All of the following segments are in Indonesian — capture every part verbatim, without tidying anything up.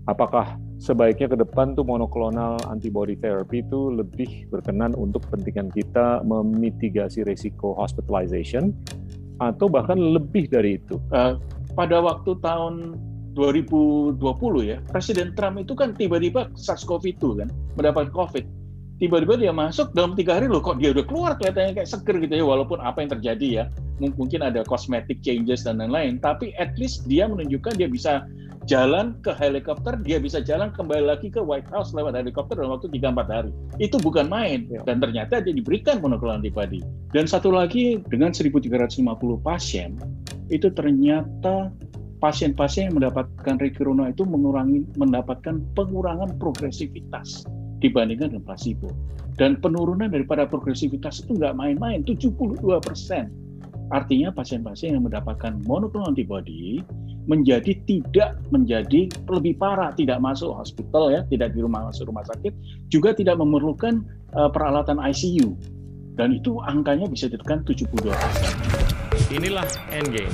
apakah sebaiknya ke depan tuh monoklonal antibody therapy itu lebih berkenan untuk kepentingan kita memitigasi risiko hospitalization atau bahkan lebih dari itu? Uh, pada waktu tahun dua ribu dua puluh ya, Presiden Trump itu kan tiba-tiba SARS-CoV dua kan, mendapat COVID. Tiba-tiba dia masuk, dalam tiga hari loh kok dia udah keluar kelihatannya kayak seger gitu ya, walaupun apa yang terjadi ya, mungkin ada cosmetic changes dan lain-lain, tapi at least dia menunjukkan dia bisa jalan ke helikopter, dia bisa jalan kembali lagi ke White House lewat helikopter dalam waktu tiga sampai empat hari. Itu bukan main, dan ternyata dia diberikan monoklonal antibody. Dan satu lagi, dengan seribu tiga ratus lima puluh pasien, itu ternyata pasien-pasien yang mendapatkan Recurona itu mengurangi, mendapatkan pengurangan progresivitas dibandingkan dengan placebo. Dan penurunan daripada progresivitas itu nggak main-main, tujuh puluh dua persen. Artinya pasien-pasien yang mendapatkan monoklonal antibody menjadi tidak menjadi lebih parah, tidak masuk hospital ya, tidak di rumah masuk rumah sakit, juga tidak memerlukan uh, peralatan I C U. Dan itu angkanya bisa ditekan tujuh puluh dua persen. Inilah Endgame.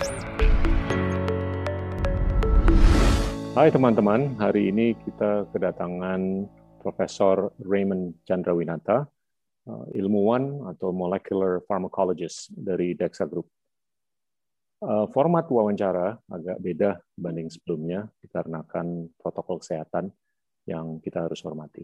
Hai teman-teman, hari ini kita kedatangan Profesor Raymond Chandrawinata, ilmuwan atau molecular pharmacologist dari Dexa Group. Format wawancara agak beda dibanding sebelumnya dikarenakan protokol kesehatan yang kita harus hormati.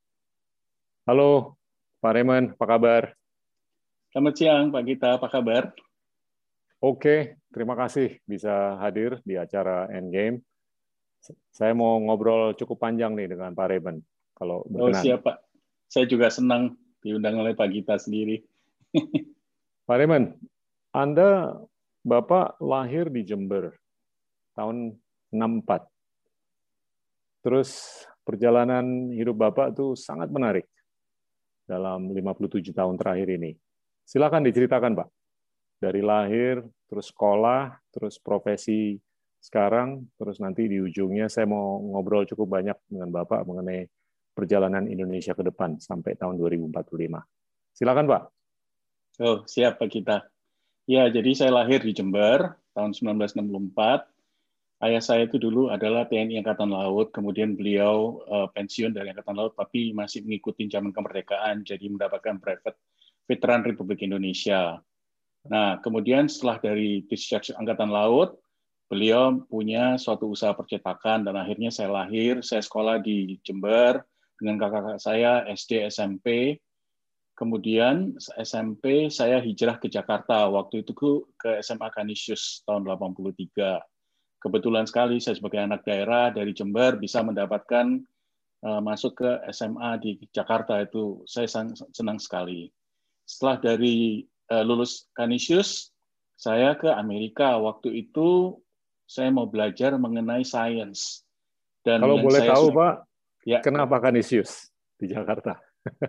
Halo Pak Raymond, apa kabar? Selamat siang Pak Gita, apa kabar? Oke, terima kasih bisa hadir di acara Endgame. Saya mau ngobrol cukup panjang nih dengan Pak Raymond, kalau berkenan. Oh siap Pak, saya juga senang diundang oleh Pak Gita sendiri. Pak Raymond, Anda Bapak lahir di Jember tahun enam puluh empat. Terus perjalanan hidup Bapak tuh sangat menarik dalam lima puluh tujuh tahun terakhir ini. Silakan diceritakan, Pak. Dari lahir, terus sekolah, terus profesi sekarang, terus nanti di ujungnya saya mau ngobrol cukup banyak dengan Bapak mengenai perjalanan Indonesia ke depan sampai tahun dua ribu empat puluh lima. Silakan, Pak. Oh, siap Pak Gita. Ya, jadi saya lahir di Jember tahun seribu sembilan ratus enam puluh empat. Ayah saya itu dulu adalah T N I Angkatan Laut, kemudian beliau uh, pensiun dari Angkatan Laut, tapi masih mengikuti zaman kemerdekaan, jadi mendapatkan private veteran Republik Indonesia. Nah, kemudian setelah dari discharge Angkatan Laut, beliau punya suatu usaha percetakan, dan akhirnya saya lahir, saya sekolah di Jember dengan kakak-kakak saya, S D, S M P. Kemudian S M P saya hijrah ke Jakarta, waktu itu ke S M A Canisius tahun delapan puluh tiga. Kebetulan sekali saya sebagai anak daerah dari Jember bisa mendapatkan uh, masuk ke S M A di Jakarta, itu saya senang sekali. Setelah dari uh, lulus Canisius, saya ke Amerika. Waktu itu saya mau belajar mengenai sains. Dan kalau boleh saya tahu, Pak, ya. Kenapa Canisius di Jakarta?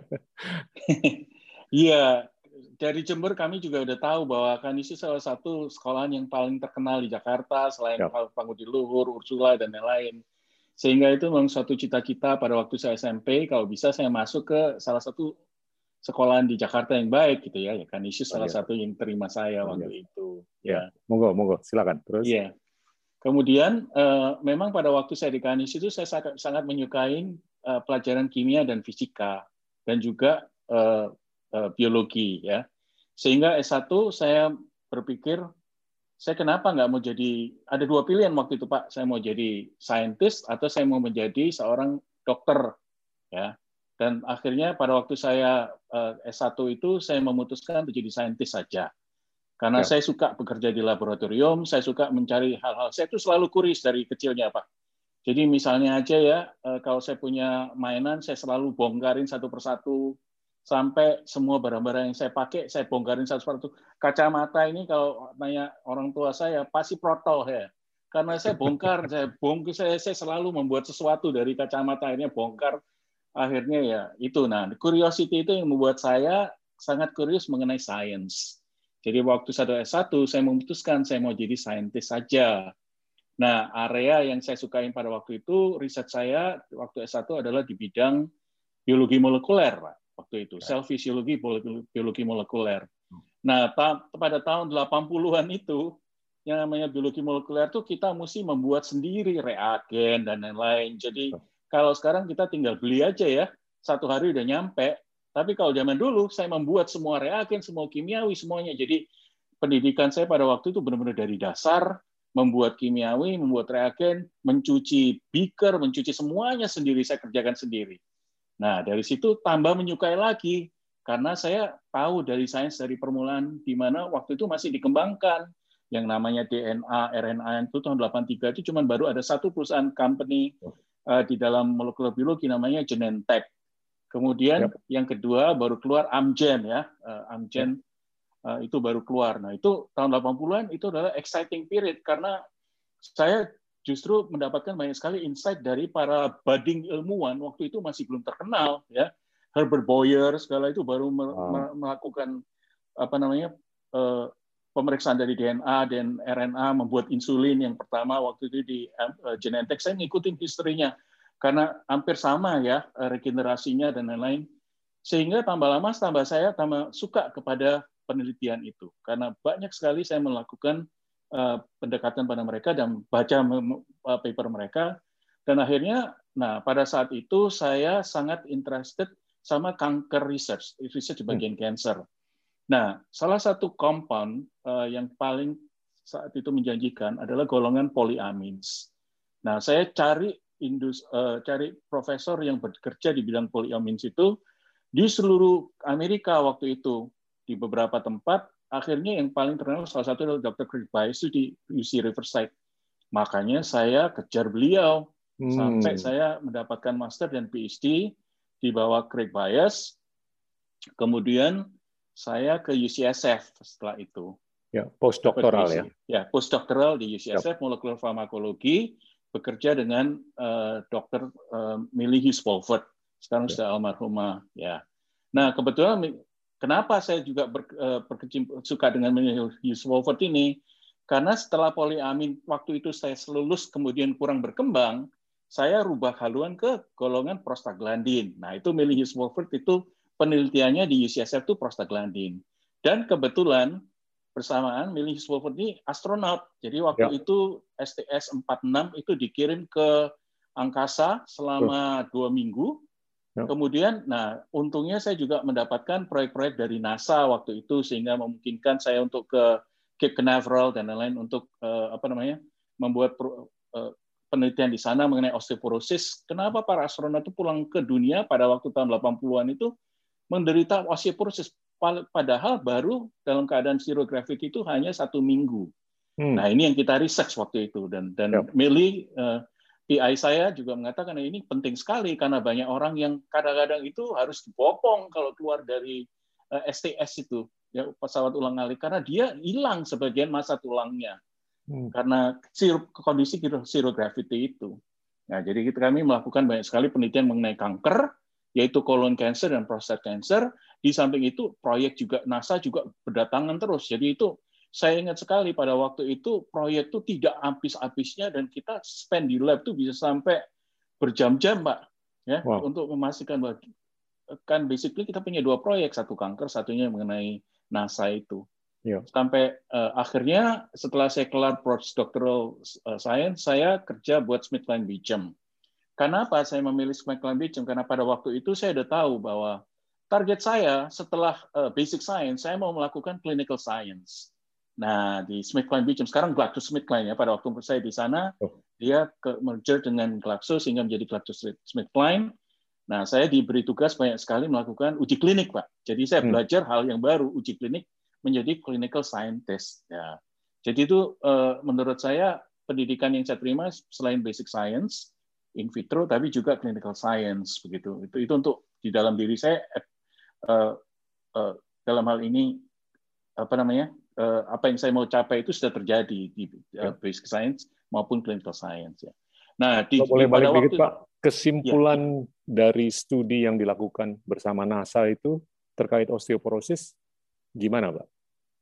Iya, dari Jember kami juga udah tahu bahwa Canisius salah satu sekolahan yang paling terkenal di Jakarta selain yep. Pangudi Luhur, Ursula dan lain-lain. Sehingga itu memang suatu cita-cita pada waktu saya S M P, kalau bisa saya masuk ke salah satu sekolahan di Jakarta yang baik gitu ya. Ya Canisius salah satu yang terima saya oh, waktu yes. itu. Ya, monggo, monggo, silakan. Terus. Iya. Kemudian uh, memang pada waktu saya di Canisius itu saya sangat, sangat menyukai uh, pelajaran kimia dan fisika. Dan juga uh, uh, biologi ya, sehingga S satu saya berpikir saya kenapa nggak mau jadi, ada dua pilihan waktu itu Pak, saya mau jadi scientist atau saya mau menjadi seorang dokter ya, dan akhirnya pada waktu saya uh, S satu itu saya memutuskan untuk jadi scientist saja karena ya. Saya suka bekerja di laboratorium, saya suka mencari hal-hal, saya itu selalu kuris dari kecilnya Pak. Jadi misalnya aja ya, kalau saya punya mainan, saya selalu bongkarin satu persatu, sampai semua barang-barang yang saya pakai, saya bongkarin satu persatu. Kacamata ini kalau nanya orang tua saya, pasti protol ya. Karena saya bongkar, saya bongkar, saya, saya selalu membuat sesuatu dari kacamata, akhirnya bongkar, akhirnya ya itu. Nah, curiosity itu yang membuat saya sangat curious mengenai sains. Jadi waktu saya S satu, saya memutuskan saya mau jadi saintis saja. Nah, area yang saya sukain pada waktu itu, riset saya waktu S satu adalah di bidang biologi molekuler, Pak. Waktu itu, sel fisiologi, biologi molekuler. Nah, ta pada tahun delapan puluhan itu, yang namanya biologi molekuler tuh kita mesti membuat sendiri reagen dan lain-lain. Jadi kalau sekarang kita tinggal beli aja ya, satu hari udah nyampe. Tapi kalau zaman dulu saya membuat semua reagen, semua kimiawi semuanya. Jadi pendidikan saya pada waktu itu benar-benar dari dasar, membuat kimiawi, membuat reagen, mencuci beaker, mencuci semuanya sendiri, saya kerjakan sendiri. Nah, dari situ tambah menyukai lagi, karena saya tahu dari sains dari permulaan di mana waktu itu masih dikembangkan yang namanya D N A, R N A itu tahun delapan puluh tiga itu cuma baru ada satu perusahaan company uh, di dalam molekuler biologi namanya Genentech. Kemudian yep. yang kedua baru keluar Amgen ya, uh, Amgen yep. uh, itu baru keluar. Nah, itu tahun delapan puluhan itu adalah exciting period karena saya justru mendapatkan banyak sekali insight dari para budding ilmuwan waktu itu masih belum terkenal ya. Herbert Boyer segala itu baru wow. melakukan apa namanya uh, pemeriksaan dari D N A dan R N A, membuat insulin yang pertama waktu itu di uh, Genentech. Saya ngikutin historinya karena hampir sama ya regenerasinya dan lain-lain. Sehingga tambah lama tambah saya tambah suka kepada penelitian itu karena banyak sekali saya melakukan uh, pendekatan pada mereka dan baca uh, paper mereka dan akhirnya nah pada saat itu saya sangat interested sama kanker research, research di bagian hmm. cancer. Nah, salah satu compound uh, yang paling saat itu menjanjikan adalah golongan polyamines. Nah, saya cari indus, uh, cari profesor yang bekerja di bidang polyamines itu di seluruh Amerika waktu itu di beberapa tempat. Akhirnya yang paling terkenal salah satu adalah dokter Craig Bayes itu di U C Riverside. Makanya saya kejar beliau hmm. sampai saya mendapatkan master dan P H D di bawah Craig Bayes. Kemudian saya ke U C S F setelah itu. Ya, postdoktoral ya. Ya, postdoktoral di U C S F, yep. molekuler farmakologi, bekerja dengan uh, dokter uh, Millie Hughes Wolford. Sekarang yep. sudah almarhumah. Ya. Nah, kebetulan kenapa saya juga ber, uh, berkecimpung suka dengan Millie Hughes Wolford ini? Karena setelah poliamin waktu itu saya lulus kemudian kurang berkembang, saya rubah haluan ke golongan prostaglandin. Nah, itu Millie Hughes Wolford itu penelitiannya di U C S F itu prostaglandin. Dan kebetulan bersamaan Millie Hughes Wolford ini astronot. Jadi waktu ya. itu S T S empat puluh enam itu dikirim ke angkasa selama dua minggu. Ya. Kemudian, nah untungnya saya juga mendapatkan proyek-proyek dari NASA waktu itu sehingga memungkinkan saya untuk ke Cape Canaveral dan lain-lain untuk uh, apa namanya membuat pro, uh, penelitian di sana mengenai osteoporosis. Kenapa para astronot itu pulang ke dunia pada waktu tahun delapan puluhan itu menderita osteoporosis, padahal baru dalam keadaan zero gravity itu hanya satu minggu. Hmm. Nah ini yang kita research waktu itu dan dan yep. Millie uh, P I saya juga mengatakan ini penting sekali karena banyak orang yang kadang-kadang itu harus dipopong kalau keluar dari uh, S T S itu ya pesawat ulang-alik karena dia hilang sebagian massa tulangnya hmm. karena zero, kondisi zero gravity itu. Nah jadi kita kami melakukan banyak sekali penelitian mengenai kanker yaitu colon cancer dan prostate cancer. Di samping itu, proyek juga NASA juga berdatangan terus. Jadi itu saya ingat sekali pada waktu itu proyek itu tidak habis-habisnya dan kita spend di lab itu bisa sampai berjam-jam, Mbak, ya wow. untuk memastikan bahwa kan basically kita punya dua proyek, satu kanker, satunya mengenai NASA itu. Yeah. Sampai uh, akhirnya setelah saya kelar postdoctoral uh, science, saya kerja buat SmithKline Beecham. Kenapa saya memilih SmithKline Beecham? Karena pada waktu itu saya sudah tahu bahwa target saya setelah uh, basic science, saya mau melakukan clinical science. Nah, di SmithKline Beecham, sekarang GlaxoSmithKline ya, pada waktu saya di sana, oh. dia ke merger dengan Glaxo sehingga menjadi GlaxoSmithKline. Nah, saya diberi tugas banyak sekali melakukan uji klinik, Pak. Jadi saya hmm. belajar hal yang baru, uji klinik menjadi clinical scientist. Ya. Jadi itu uh, menurut saya pendidikan yang saya terima selain basic science, in vitro tapi juga clinical science begitu itu itu untuk di dalam diri saya uh, uh, dalam hal ini apa namanya uh, apa yang saya mau capai itu sudah terjadi di uh, basic science maupun clinical science ya. Nah di, boleh di, balik pada dikit waktu, Pak kesimpulan ya. dari studi yang dilakukan bersama NASA itu terkait osteoporosis gimana Pak?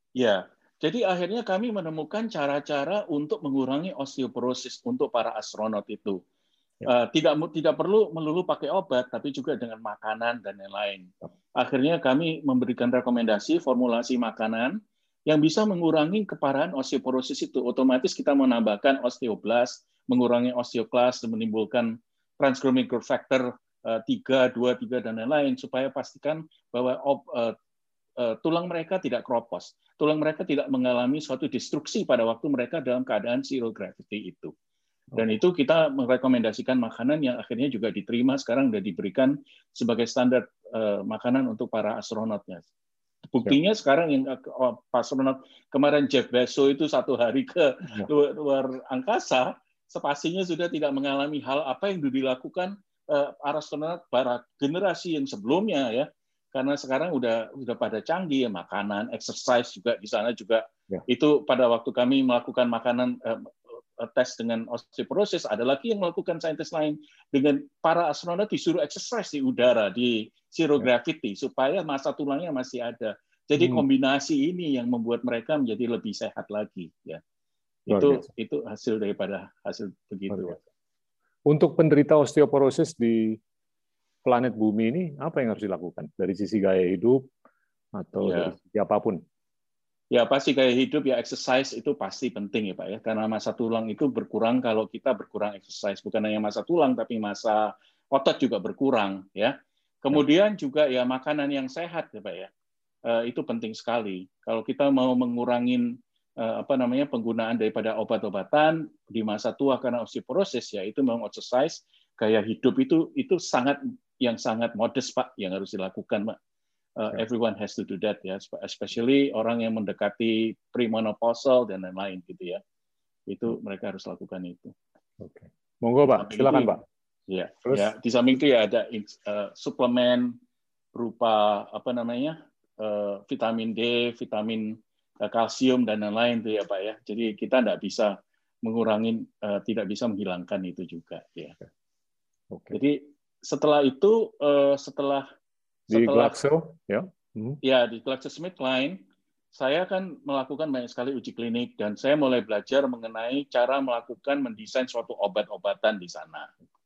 Ya jadi akhirnya kami menemukan cara-cara untuk mengurangi osteoporosis untuk para astronot itu. Uh, tidak tidak perlu melulu pakai obat, tapi juga dengan makanan dan lain-lain. Akhirnya kami memberikan rekomendasi formulasi makanan yang bisa mengurangi keparahan osteoporosis itu. Otomatis kita menambahkan osteoblast, mengurangi osteoclast, dan menimbulkan transchromic growth factor tiga, dua, tiga, dan lain-lain, supaya pastikan bahwa uh, uh, tulang mereka tidak kropos. Tulang mereka tidak mengalami suatu destruksi pada waktu mereka dalam keadaan zero gravity itu. Dan itu kita merekomendasikan makanan yang akhirnya juga diterima, sekarang sudah diberikan sebagai standar uh, makanan untuk para astronotnya. Buktinya ya. Sekarang yang oh, astronot kemarin Jeff Bezos itu satu hari ke ya. luar, luar angkasa, sepastinya sudah tidak mengalami hal apa yang dilakukan uh, para astronot para generasi yang sebelumnya ya. Karena sekarang udah udah pada canggih ya, makanan, exercise juga di sana juga. Ya. Itu pada waktu kami melakukan makanan uh, tes dengan osteoporosis, ada lagi yang melakukan saintis lain dengan para astronot disuruh exercise di udara di zero gravity supaya massa tulangnya masih ada. Jadi hmm. kombinasi ini yang membuat mereka menjadi lebih sehat lagi ya. Itu itu hasil daripada hasil begitu. Untuk penderita osteoporosis di planet bumi ini apa yang harus dilakukan dari sisi gaya hidup atau ya. dari sisi apapun? Ya pasti gaya hidup ya, exercise itu pasti penting ya Pak ya, karena massa tulang itu berkurang kalau kita berkurang exercise, bukan hanya massa tulang tapi massa otot juga berkurang ya. Kemudian ya. juga ya makanan yang sehat ya Pak ya, itu penting sekali. Kalau kita mau mengurangi apa namanya penggunaan daripada obat-obatan di masa tua karena osteoporosis ya, itu memang exercise, gaya hidup itu itu sangat yang sangat modest Pak yang harus dilakukan Pak. Uh, everyone has to do that ya, especially orang yang mendekati premenopausal dan lain-lain gitu ya. Itu mereka harus lakukan itu. Oke. Monggo Pak, silakan itu, Pak. Ya, Terus? ya di samping itu ya ada uh, suplemen berupa apa namanya uh, vitamin D, vitamin uh, kalsium dan lain-lain itu ya Pak ya. Jadi kita tidak bisa mengurangi, uh, tidak bisa menghilangkan itu juga ya. Oke. Jadi setelah itu uh, setelah di Setelah, Glaxo, ya. Hmm. Ya, di GlaxoSmithKline, saya kan melakukan banyak sekali uji klinik dan saya mulai belajar mengenai cara melakukan mendesain suatu obat-obatan di sana.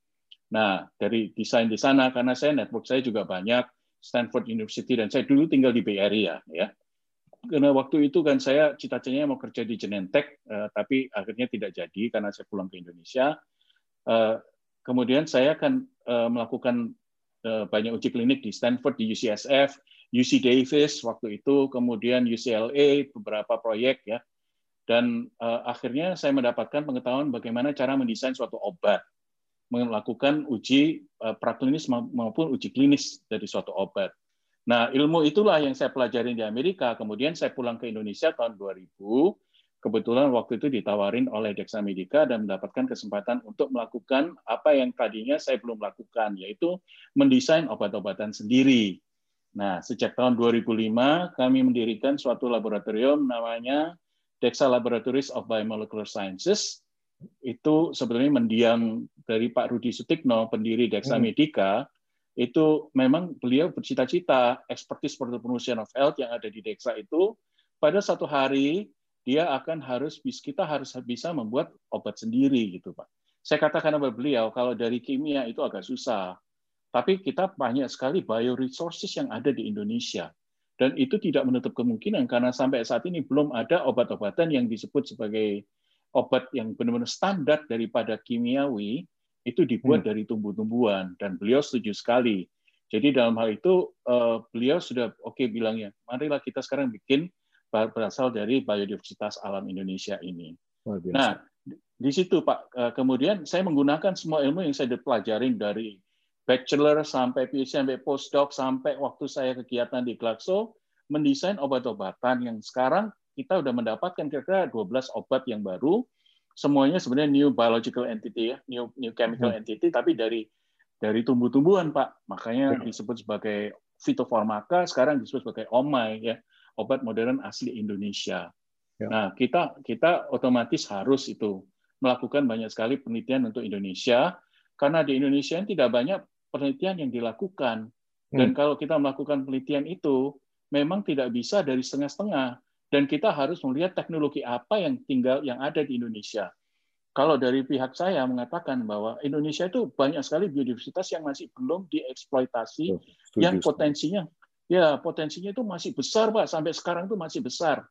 Nah, dari desain di sana, karena saya network saya juga banyak, Stanford University, dan saya dulu tinggal di Bay Area, ya. Karena waktu itu kan saya cita-citanya mau kerja di Genentech, eh, tapi akhirnya tidak jadi karena saya pulang ke Indonesia. Eh, kemudian saya akan eh, melakukan banyak uji klinik di Stanford, di U C S F, U C Davis waktu itu, kemudian U C L A, beberapa proyek ya. Dan uh, akhirnya saya mendapatkan pengetahuan bagaimana cara mendesain suatu obat, melakukan uji uh, praklinis maupun uji klinis dari suatu obat. Nah, ilmu itulah yang saya pelajari di Amerika. Kemudian saya pulang ke Indonesia tahun dua ribu. Kebetulan waktu itu ditawarin oleh Dexa Medica dan mendapatkan kesempatan untuk melakukan apa yang tadinya saya belum lakukan, yaitu mendesain obat-obatan sendiri. Nah, sejak tahun dua ribu lima kami mendirikan suatu laboratorium namanya Dexa Laboratories of Biomolecular Sciences. Itu sebenarnya mendiang dari Pak Rudi Sutikno, pendiri Dexa Medica. Itu memang beliau bercita-cita expertise for the promotion of health yang ada di Dexa itu pada satu hari dia akan harus kita harus bisa membuat obat sendiri gitu Pak. Saya katakan kepada beliau kalau dari kimia itu agak susah, tapi kita banyak sekali bioresources yang ada di Indonesia dan itu tidak menutup kemungkinan karena sampai saat ini belum ada obat-obatan yang disebut sebagai obat yang benar-benar standar daripada kimiawi itu dibuat hmm. dari tumbuh-tumbuhan dan beliau setuju sekali. Jadi dalam hal itu beliau sudah oke okay bilangnya, marilah kita sekarang bikin berasal dari biodiversitas alam Indonesia ini. Nah, di situ Pak, kemudian saya menggunakan semua ilmu yang saya pelajari dari bachelor sampai P H D sampai postdoc sampai waktu saya kegiatan di Glaxo, mendesain obat-obatan yang sekarang kita sudah mendapatkan kira-kira dua belas obat yang baru, semuanya sebenarnya new biological entity ya, new new chemical hmm. entity, tapi dari dari tumbuh-tumbuhan Pak, makanya hmm. disebut sebagai fitofarmaka, sekarang disebut sebagai O M A I ya. Obat modern asli Indonesia. Ya. Nah, kita kita otomatis harus itu melakukan banyak sekali penelitian untuk Indonesia karena di Indonesia tidak banyak penelitian yang dilakukan. Dan hmm. kalau kita melakukan penelitian itu memang tidak bisa dari setengah-setengah dan kita harus melihat teknologi apa yang tinggal yang ada di Indonesia. Kalau dari pihak saya mengatakan bahwa Indonesia itu banyak sekali biodiversitas yang masih belum dieksploitasi, oh, yang potensinya Ya, potensinya itu masih besar, Pak. Sampai sekarang itu masih besar.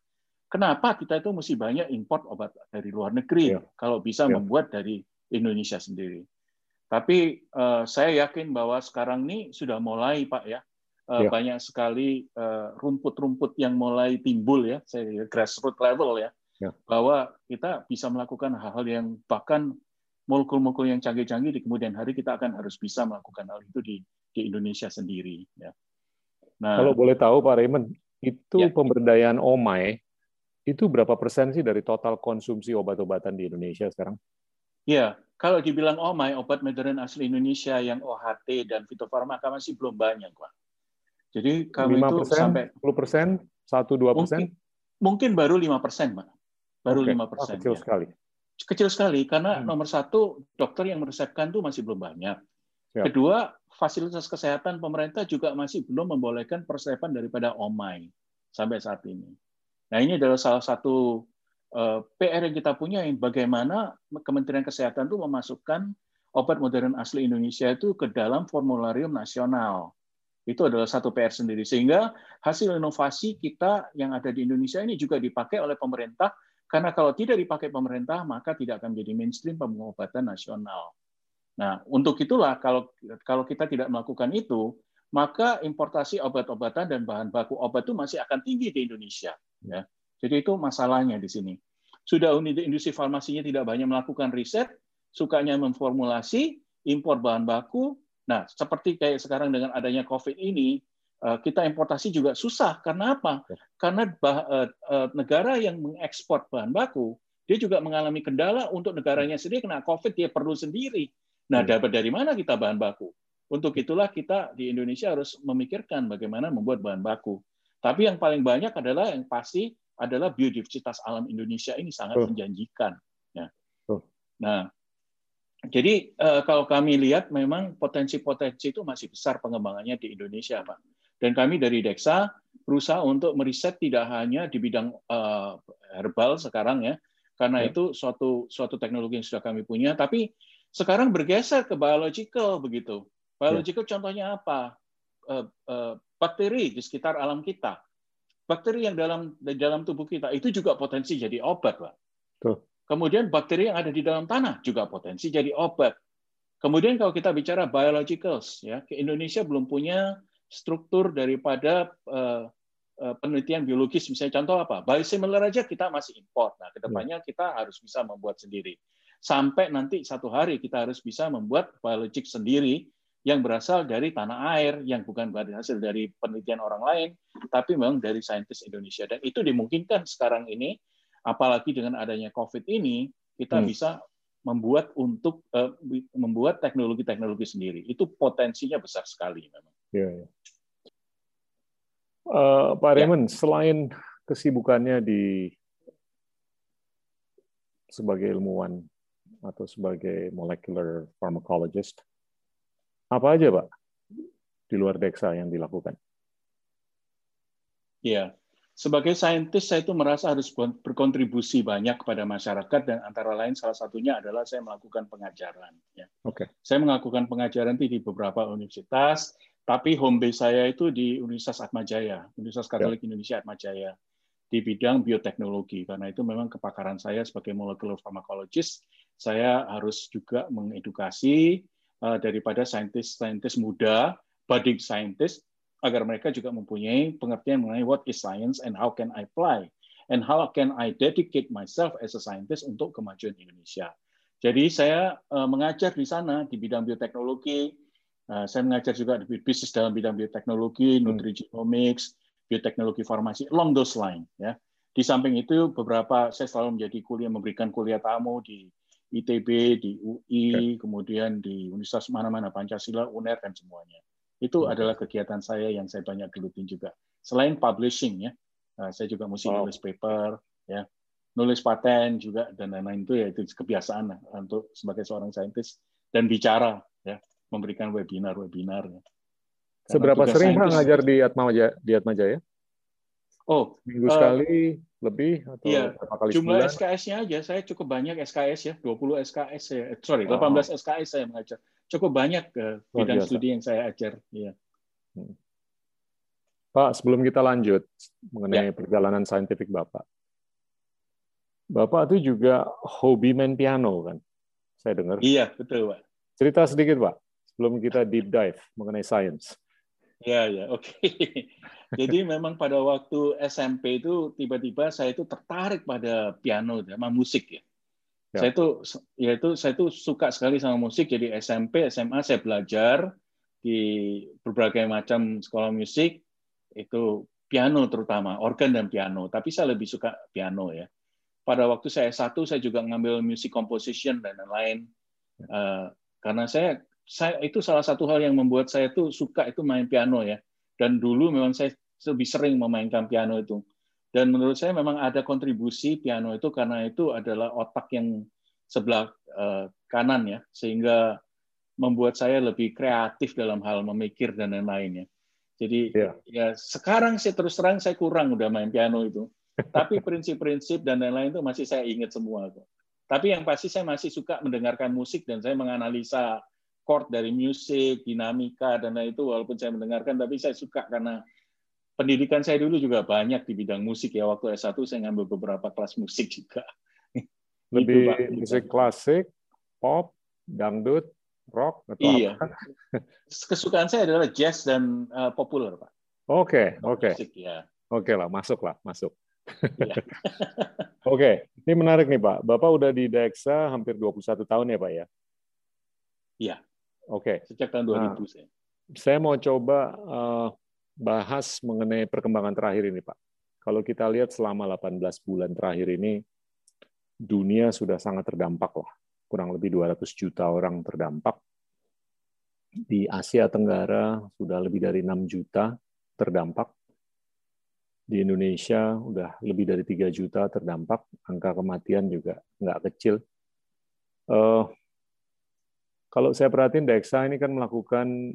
kenapa kita itu mesti banyak import obat dari luar negeri Ya. kalau bisa Ya. membuat dari Indonesia sendiri. Tapi uh, saya yakin bahwa sekarang ini sudah mulai, Pak, ya, uh, Ya. banyak sekali uh, rumput-rumput yang mulai timbul, ya, saya grassroots level, ya, Ya. bahwa kita bisa melakukan hal-hal yang bahkan molekul-molekul yang canggih-canggih di kemudian hari kita akan harus bisa melakukan hal itu di, di Indonesia sendiri. Ya. Nah, kalau boleh tahu Pak Raymond, itu ya. pemberdayaan O M A I itu berapa persen sih dari total konsumsi obat-obatan di Indonesia sekarang? Ya, kalau dibilang O M A I, obat modern asli Indonesia yang O H T dan fitofarmaka masih belum banyak, Pak. Jadi kami lima itu persen, sampai sepuluh persen, satu sampai dua persen? Mungkin, mungkin baru lima persen, Pak. Baru Oke. lima persen. Oh, kecil ya. sekali. Kecil sekali, karena Hmm. nomor satu, dokter yang meresepkan itu masih belum banyak. Siap. Kedua, fasilitas kesehatan pemerintah juga masih belum membolehkan persepan daripada O M A I sampai saat ini. Nah, ini adalah salah satu uh, P R yang kita punya, yang bagaimana Kementerian Kesehatan itu memasukkan obat modern asli Indonesia itu ke dalam formularium nasional. Itu adalah satu P R sendiri. Sehingga hasil inovasi kita yang ada di Indonesia ini juga dipakai oleh pemerintah, karena kalau tidak dipakai pemerintah, maka tidak akan menjadi mainstream pengobatan nasional. Nah, untuk itulah kalau kalau kita tidak melakukan itu, maka importasi obat-obatan dan bahan baku obat itu masih akan tinggi di Indonesia. Ya. Jadi itu masalahnya di sini. Sudah industri farmasinya tidak banyak melakukan riset, sukanya memformulasi, impor bahan baku. Nah, seperti kayak sekarang dengan adanya COVID ini, kita importasi juga susah. Karena apa? Karena bah, negara yang mengekspor bahan baku, dia juga mengalami kendala untuk negaranya sendiri, kena COVID, dia perlu sendiri. Nah, dapat dari mana kita bahan baku? Untuk itulah kita di Indonesia harus memikirkan bagaimana membuat bahan baku. Tapi yang paling banyak adalah yang pasti adalah biodiversitas alam Indonesia ini sangat menjanjikan. Ya. Nah, jadi kalau kami lihat memang potensi-potensi itu masih besar pengembangannya di Indonesia, Pak. Dan kami dari Dexa berusaha untuk meriset tidak hanya di bidang herbal sekarang, ya, karena ya. itu suatu suatu teknologi yang sudah kami punya, tapi sekarang bergeser ke biological begitu. Biological ya. Contohnya apa? Bakteri di sekitar alam kita. Bakteri yang dalam di dalam tubuh kita itu juga potensi jadi obat, Pak. Tuh. Kemudian bakteri yang ada di dalam tanah juga potensi jadi obat. Kemudian kalau kita bicara biologicals, ya, ke Indonesia belum punya struktur daripada uh, uh, penelitian biologis. Misalnya contoh apa? Biosimilar aja kita masih import. Nah, kedepannya kita harus bisa membuat sendiri. Sampai nanti satu hari kita harus bisa membuat biologik sendiri yang berasal dari tanah air, yang bukan hasil dari penelitian orang lain, tapi memang dari saintis Indonesia. Dan itu dimungkinkan sekarang ini, apalagi dengan adanya COVID ini, kita hmm. bisa membuat untuk uh, membuat teknologi-teknologi sendiri. Itu potensinya besar sekali memang. Ya, ya. Uh, Pak Raymond, ya. Selain kesibukannya di sebagai ilmuwan atau sebagai molecular pharmacologist, apa aja, Pak, di luar Dexa yang dilakukan? Ya, sebagai saintis saya itu merasa harus berkontribusi banyak kepada masyarakat, dan antara lain salah satunya adalah saya melakukan pengajaran. Ya. Oke. Saya melakukan pengajaran di beberapa universitas, tapi home base saya itu di Universitas Atmajaya, Universitas Katolik ya. Indonesia Atmajaya, di bidang bioteknologi. Karena itu memang kepakaran saya sebagai molecular pharmacologist, saya harus juga mengedukasi uh, daripada saintis-saintis muda, budding scientist, agar mereka juga mempunyai pengertian mengenai what is science and how can I apply, and how can I dedicate myself as a scientist untuk kemajuan Indonesia. Jadi saya uh, mengajar di sana di bidang bioteknologi, uh, saya mengajar juga di bisnis dalam bidang bioteknologi, hmm. nutrigenomics, bioteknologi farmasi, along those line. Ya. Di samping itu beberapa saya selalu menjadi kuliah, memberikan kuliah tamu di I T B, di U I, okay. kemudian di universitas mana-mana, Pancasila, U N E R, dan semuanya. Itu okay. adalah kegiatan saya yang saya banyak gelutin juga. Selain publishing, ya, saya juga mesti wow. nulis paper, ya, nulis paten juga, dan lain-lain. Itu ya itu kebiasaan untuk sebagai seorang saintis, dan bicara, ya, memberikan webinar-webinar. Ya. Seberapa sering Pak ngajar di Atmajaya? Di Atmajaya? Oh, minggu uh, sekali lebih atau iya, berapa kali jumlah sebulan? S K S-nya aja saya cukup banyak S K S ya, dua puluh S K S ya. Sorry, wow. delapan belas S K S saya mengajar. Cukup banyak uh, bidang studi yang saya ajar, ya. Pak, sebelum kita lanjut mengenai ya. perjalanan saintifik Bapak, Bapak itu juga hobi main piano kan? Saya dengar. Iya, betul, Pak. Cerita sedikit, Pak, sebelum kita deep dive mengenai sains. Ya, ya, oke. Jadi memang pada waktu S M P itu tiba-tiba saya itu tertarik pada piano sama musik ya. Ya. Saya itu ya itu saya itu suka sekali sama musik. Jadi S M P, S M A saya belajar di berbagai macam sekolah musik, itu piano terutama, organ dan piano. Tapi saya lebih suka piano ya. Pada waktu saya S satu saya juga ngambil music composition dan lain-lain. Uh, karena saya saya itu salah satu hal yang membuat saya tuh suka itu main piano ya. Dan dulu memang saya lebih sering memainkan piano itu. Dan menurut saya memang ada kontribusi piano itu karena itu adalah otak yang sebelah uh, kanan ya, sehingga membuat saya lebih kreatif dalam hal memikir dan lain-lain ya. Jadi yeah. ya sekarang saya terus terang saya kurang udah main piano itu. Tapi prinsip-prinsip dan lain-lain itu masih saya ingat semua. Tapi yang pasti saya masih suka mendengarkan musik dan saya menganalisa chord dari musik, dinamika, dan lain itu walaupun saya mendengarkan, tapi saya suka karena pendidikan saya dulu juga banyak di bidang musik ya. Waktu S satu saya ngambil beberapa kelas musik juga. Lebih gitu, musik klasik, pop, dangdut, rock, atau iya. apa? Kesukaan saya adalah jazz dan uh, populer, Pak. Oke, oke. Ya. Oke lah, masuk lah, masuk. Ya. Oke, ini menarik nih Pak. Bapak udah di Dexa hampir dua puluh satu tahun ya Pak ya? Iya. Oke. Sejak tahun dua ribu. Nah, saya. saya mau coba uh, bahas mengenai perkembangan terakhir ini Pak. Kalau kita lihat selama delapan belas bulan terakhir ini, dunia sudah sangat terdampak lah. Kurang lebih dua ratus juta orang terdampak. Di Asia Tenggara sudah lebih dari enam juta terdampak. Di Indonesia udah lebih dari tiga juta terdampak, angka kematian juga nggak kecil. Uh, kalau saya perhatiin Dexa ini kan melakukan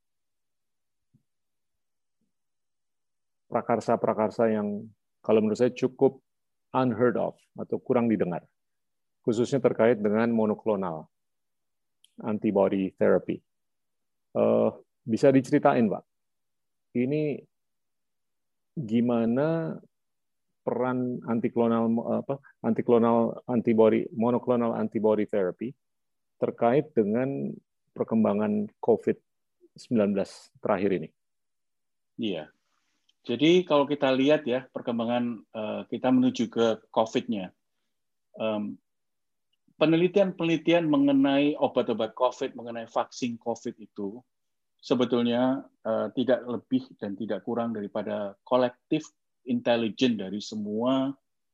prakarsa-prakarsa yang kalau menurut saya cukup unheard of atau kurang didengar, khususnya terkait dengan monoklonal antibody therapy. Uh, bisa diceritain, Pak, ini gimana peran antiklonal apa antiklonal antibody monoklonal antibody therapy terkait dengan perkembangan COVID sembilan belas terakhir ini? Iya. Jadi kalau kita lihat ya perkembangan uh, kita menuju ke COVID-nya, um, penelitian-penelitian mengenai obat-obat COVID, mengenai vaksin COVID itu sebetulnya uh, tidak lebih dan tidak kurang daripada kolektif intelijen dari semua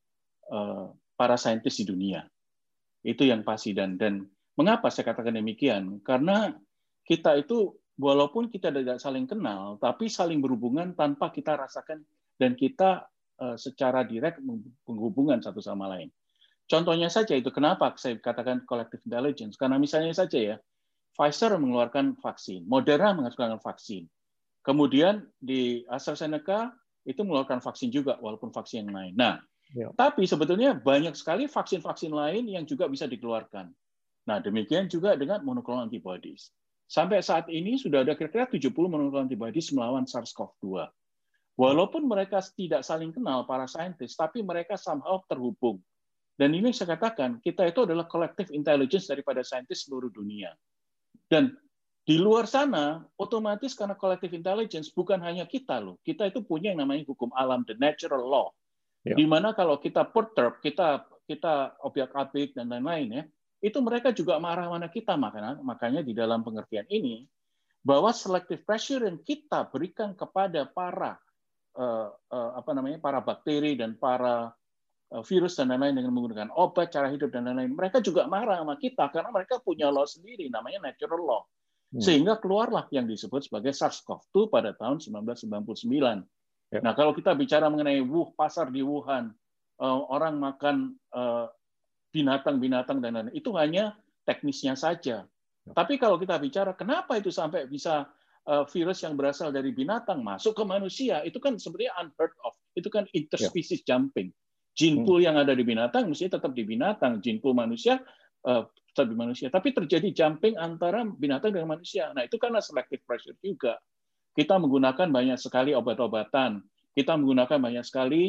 uh, para saintis di dunia. Itu yang pasti. Dan, dan mengapa saya katakan demikian? Karena kita itu, walaupun kita tidak saling kenal, tapi saling berhubungan tanpa kita rasakan dan kita uh, secara direct menghubungkan satu sama lain. Contohnya saja itu, kenapa saya katakan collective intelligence? Karena misalnya saja ya, Pfizer mengeluarkan vaksin, Moderna mengeluarkan vaksin. Kemudian di AstraZeneca itu mengeluarkan vaksin juga, walaupun vaksin yang lain. Nah, ya. Tapi sebetulnya banyak sekali vaksin-vaksin lain yang juga bisa dikeluarkan. Nah, demikian juga dengan monoclonal antibodies. Sampai saat ini sudah ada kira-kira tujuh puluh monoclonal antibodies melawan SARS-CoV dua. Walaupun mereka tidak saling kenal, para saintis, tapi mereka somehow terhubung. Dan ini saya katakan, kita itu adalah collective intelligence daripada saintis seluruh dunia. Dan di luar sana, otomatis karena collective intelligence, bukan hanya kita loh. Kita itu punya yang namanya hukum alam, the natural law. Ya. Di mana kalau kita perturb, kita kita objek-abrik dan lain-lain ya, itu mereka juga marah-marah kita. Makanya, makanya di dalam pengertian ini, bahwa selective pressure yang kita berikan kepada para uh, uh, apa namanya para bakteri dan para uh, virus dan lain-lain dengan menggunakan obat, cara hidup dan lain-lain, mereka juga marah sama kita karena mereka punya law sendiri, namanya natural law. Sehingga keluarlah yang disebut sebagai SARS-CoV dua pada tahun seribu sembilan ratus sembilan puluh sembilan. Ya. Nah, kalau kita bicara mengenai Wuhan, pasar di Wuhan, orang makan binatang-binatang dan lain-lain, itu hanya teknisnya saja. Ya. Tapi kalau kita bicara kenapa itu sampai bisa virus yang berasal dari binatang masuk ke manusia, itu kan sebenarnya unheard of. Itu kan interspecies ya. Jumping. Gene pool hmm. yang ada di binatang mestinya tetap di binatang, gene pool manusia tetap di manusia, tapi terjadi jumping antara binatang dengan manusia. Nah, itu karena selective pressure juga. Kita menggunakan banyak sekali obat-obatan, kita menggunakan banyak sekali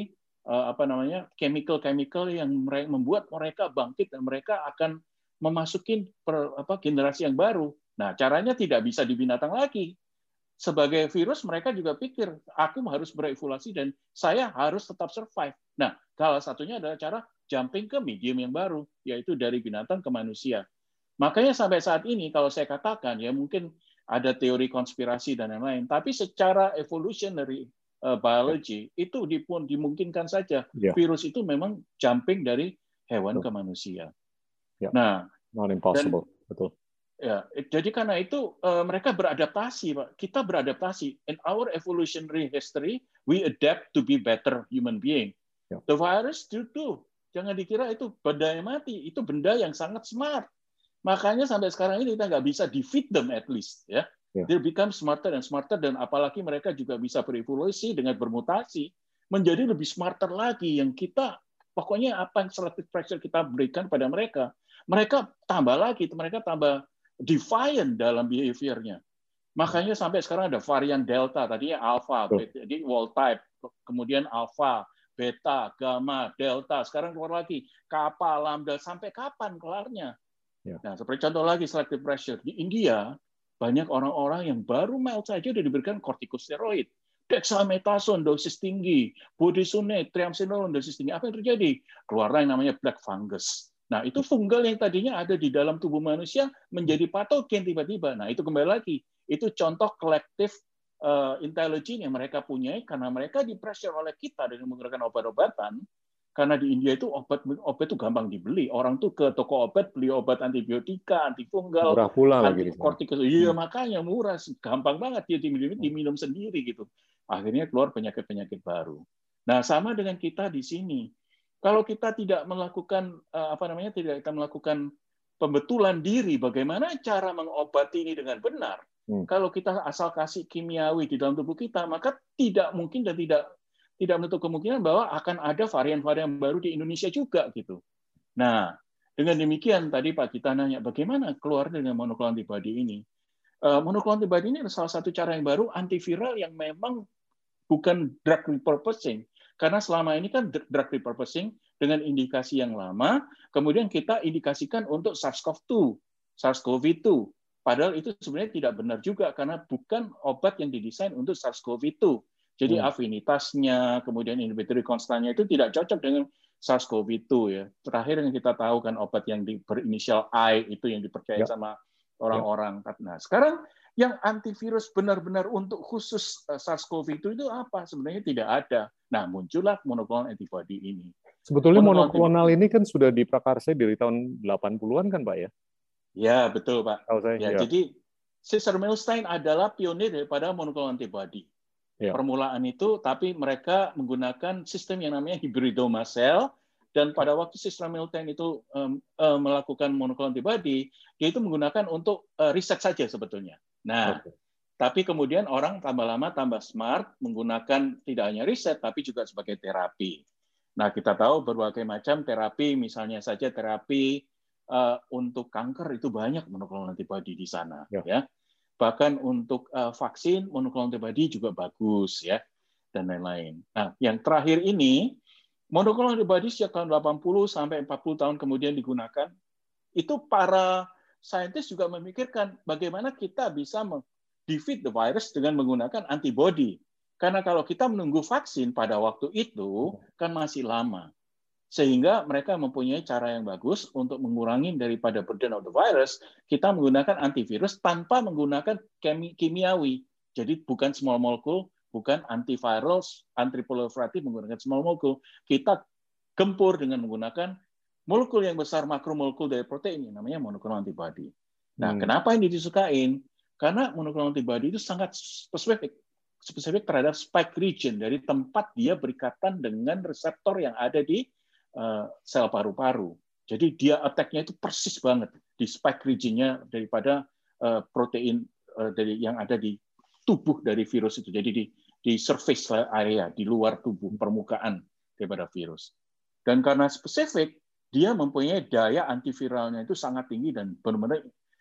apa namanya chemical-chemical yang mereka membuat mereka bangkit dan mereka akan memasukin per, apa, generasi yang baru. Nah, caranya tidak bisa di binatang lagi. Sebagai virus, mereka juga pikir, aku harus berevolusi dan saya harus tetap survive. Nah, salah satunya adalah cara jumping ke medium yang baru, yaitu dari binatang ke manusia. Makanya sampai saat ini, kalau saya katakan, ya mungkin ada teori konspirasi dan lain-lain, tapi secara evolutionary uh, biology, ya. Itu dipun dimungkinkan saja. Ya. Virus itu memang jumping dari hewan Betul. ke manusia. Ya. Nah, not impossible. Dan, betul. Ya, jadi karena itu uh, mereka beradaptasi, Pak. Kita beradaptasi. In our evolutionary history, we adapt to be better human being. Ya. The virus itu, jangan dikira itu benda yang mati. Itu benda yang sangat smart. Makanya sampai sekarang ini kita nggak bisa defeat them at least. Ya. Ya. They become smarter and smarter, dan apalagi mereka juga bisa berevolusi dengan bermutasi menjadi lebih smarter lagi. Yang kita, pokoknya apa yang selective pressure kita berikan pada mereka, mereka tambah lagi, mereka tambah defiant dalam behavior-nya. Makanya sampai sekarang ada varian Delta, tadinya Alpha, jadi wild type, kemudian Alpha, Beta, Gamma, Delta, sekarang keluar lagi Kappa, Lambda, sampai kapan kelarnya? Ya. Nah, seperti contoh lagi selective pressure. Di India, banyak orang-orang yang baru mild saja sudah diberikan kortikosteroid. Dexamethasone dosis tinggi, budesonide, triamcinolone dosis tinggi. Apa yang terjadi? Keluarlah yang namanya black fungus. Nah, itu fungal yang tadinya ada di dalam tubuh manusia menjadi patogen tiba-tiba. Nah, itu kembali lagi. Itu contoh collective uh, intelligence yang mereka punyai karena mereka di-pressure oleh kita dengan menggunakan obat-obatan. Karena di India itu obat obat itu gampang dibeli. Orang tuh ke toko obat beli obat antibiotika, antifungal, murah pula lagi. Kortikosteroid. Iya, hmm. makanya murah, gampang banget dia diminum, diminum sendiri gitu. Akhirnya keluar penyakit-penyakit baru. Nah, sama dengan kita di sini. Kalau kita tidak melakukan apa namanya, tidak kita melakukan pembetulan diri, bagaimana cara mengobati ini dengan benar? Hmm. Kalau kita asal kasih kimiawi di dalam tubuh kita, maka tidak mungkin dan tidak tidak menutup kemungkinan bahwa akan ada varian-varian baru di Indonesia juga gitu. Nah, dengan demikian tadi Pak kita nanya bagaimana keluar dengan monoclonal antibody ini. Uh, monoclonal antibody ini adalah salah satu cara yang baru antiviral yang memang bukan drug repurposing. Karena selama ini kan drug repurposing dengan indikasi yang lama, kemudian kita indikasikan untuk SARS-CoV dua, SARS-CoV dua. Padahal itu sebenarnya tidak benar juga karena bukan obat yang didesain untuk SARS-CoV dua. Jadi hmm. afinitasnya, kemudian inhibitory konstannya itu tidak cocok dengan SARS-CoV dua ya. Terakhir yang kita tahu kan obat yang berinisial I itu yang dipercaya ya. sama orang-orang. Ya. Nah, sekarang yang antivirus benar-benar untuk khusus SARS-CoV dua itu apa? Sebenarnya tidak ada. Nah, muncullah monoclonal antibody ini. Sebetulnya monoklonal ini kan sudah diprakarsai dari tahun delapan puluhan kan, Pak ya? Ya, betul, Pak. Oh, saya, ya, ya. Jadi Cesar Milstein adalah pionir daripada monoclonal antibody. Ya. Permulaan itu, tapi mereka menggunakan sistem yang namanya hybridoma cell, dan pada waktu Cesar Milstein itu um, um, melakukan monoclonal antibody, dia itu menggunakan untuk uh, riset saja sebetulnya. Nah, okay. Tapi kemudian orang tambah lama tambah smart menggunakan tidak hanya riset tapi juga sebagai terapi. Nah, kita tahu berbagai macam terapi, misalnya saja terapi uh, untuk kanker itu banyak monoclonal antibody di sana, ya. ya. Bahkan untuk uh, vaksin monoclonal antibody juga bagus, ya, dan lain-lain. Nah, yang terakhir ini monoclonal antibody sejak tahun delapan puluh sampai empat puluh tahun kemudian digunakan. Itu para saintis juga memikirkan bagaimana kita bisa defeat the virus dengan menggunakan antibody. Karena kalau kita menunggu vaksin pada waktu itu kan masih lama. Sehingga mereka mempunyai cara yang bagus untuk mengurangi daripada burden of the virus, kita menggunakan antivirus tanpa menggunakan kimiawi. Jadi bukan small molecule, bukan antiviral, antiproliferatif menggunakan small molecule. Kita gempur dengan menggunakan molekul yang besar, makromolekul dari protein, yang namanya monoclonal antibody. Nah, hmm. kenapa ini disukain? Karena monoclonal antibody itu sangat spesifik, spesifik terhadap spike region, dari tempat dia berikatan dengan reseptor yang ada di uh, sel paru-paru. Jadi dia attack-nya itu persis banget di spike region-nya daripada uh, protein uh, dari yang ada di tubuh dari virus itu. Jadi di, di surface area, di luar tubuh, permukaan daripada virus. Dan karena spesifik, dia mempunyai daya antiviralnya itu sangat tinggi dan benar-benar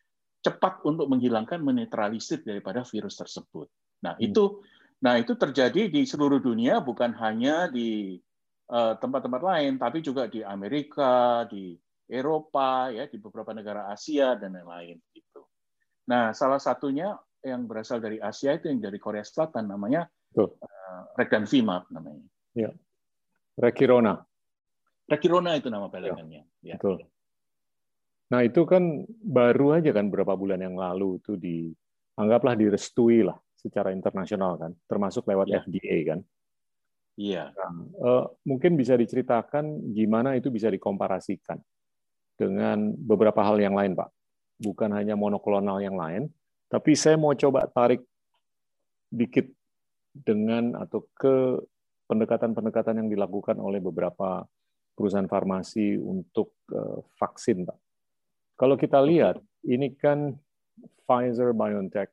cepat untuk menghilangkan, menetralisir daripada virus tersebut. Nah, itu nah itu terjadi di seluruh dunia, bukan hanya di tempat-tempat lain, tapi juga di Amerika, di Eropa, ya, di beberapa negara Asia dan lain-lain. Gitu. Nah, salah satunya yang berasal dari Asia itu yang dari Korea Selatan, namanya uh, Regenvimab namanya. Ya. Rekirona. Rekirona itu nama pelegannya. Ya. Betul. Nah, itu kan baru aja kan beberapa bulan yang lalu itu dianggaplah direstui lah secara internasional kan, termasuk lewat ya. F D A kan. Iya. Nah, uh, mungkin bisa diceritakan gimana itu bisa dikomparasikan dengan beberapa hal yang lain, Pak. Bukan hanya monoklonal yang lain, tapi saya mau coba tarik dikit dengan atau ke pendekatan-pendekatan yang dilakukan oleh beberapa perusahaan farmasi untuk uh, vaksin, Pak. Kalau kita lihat, okay. ini kan Pfizer, BioNTech,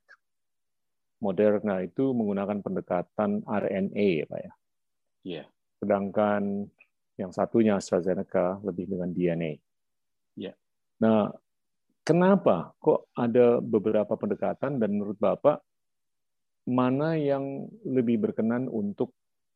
Moderna itu menggunakan pendekatan R N A, ya, Pak ya. Yeah. Sedangkan yang satunya AstraZeneca lebih dengan D N A. Yeah. Nah, kenapa kok ada beberapa pendekatan dan menurut Bapak mana yang lebih berkenan untuk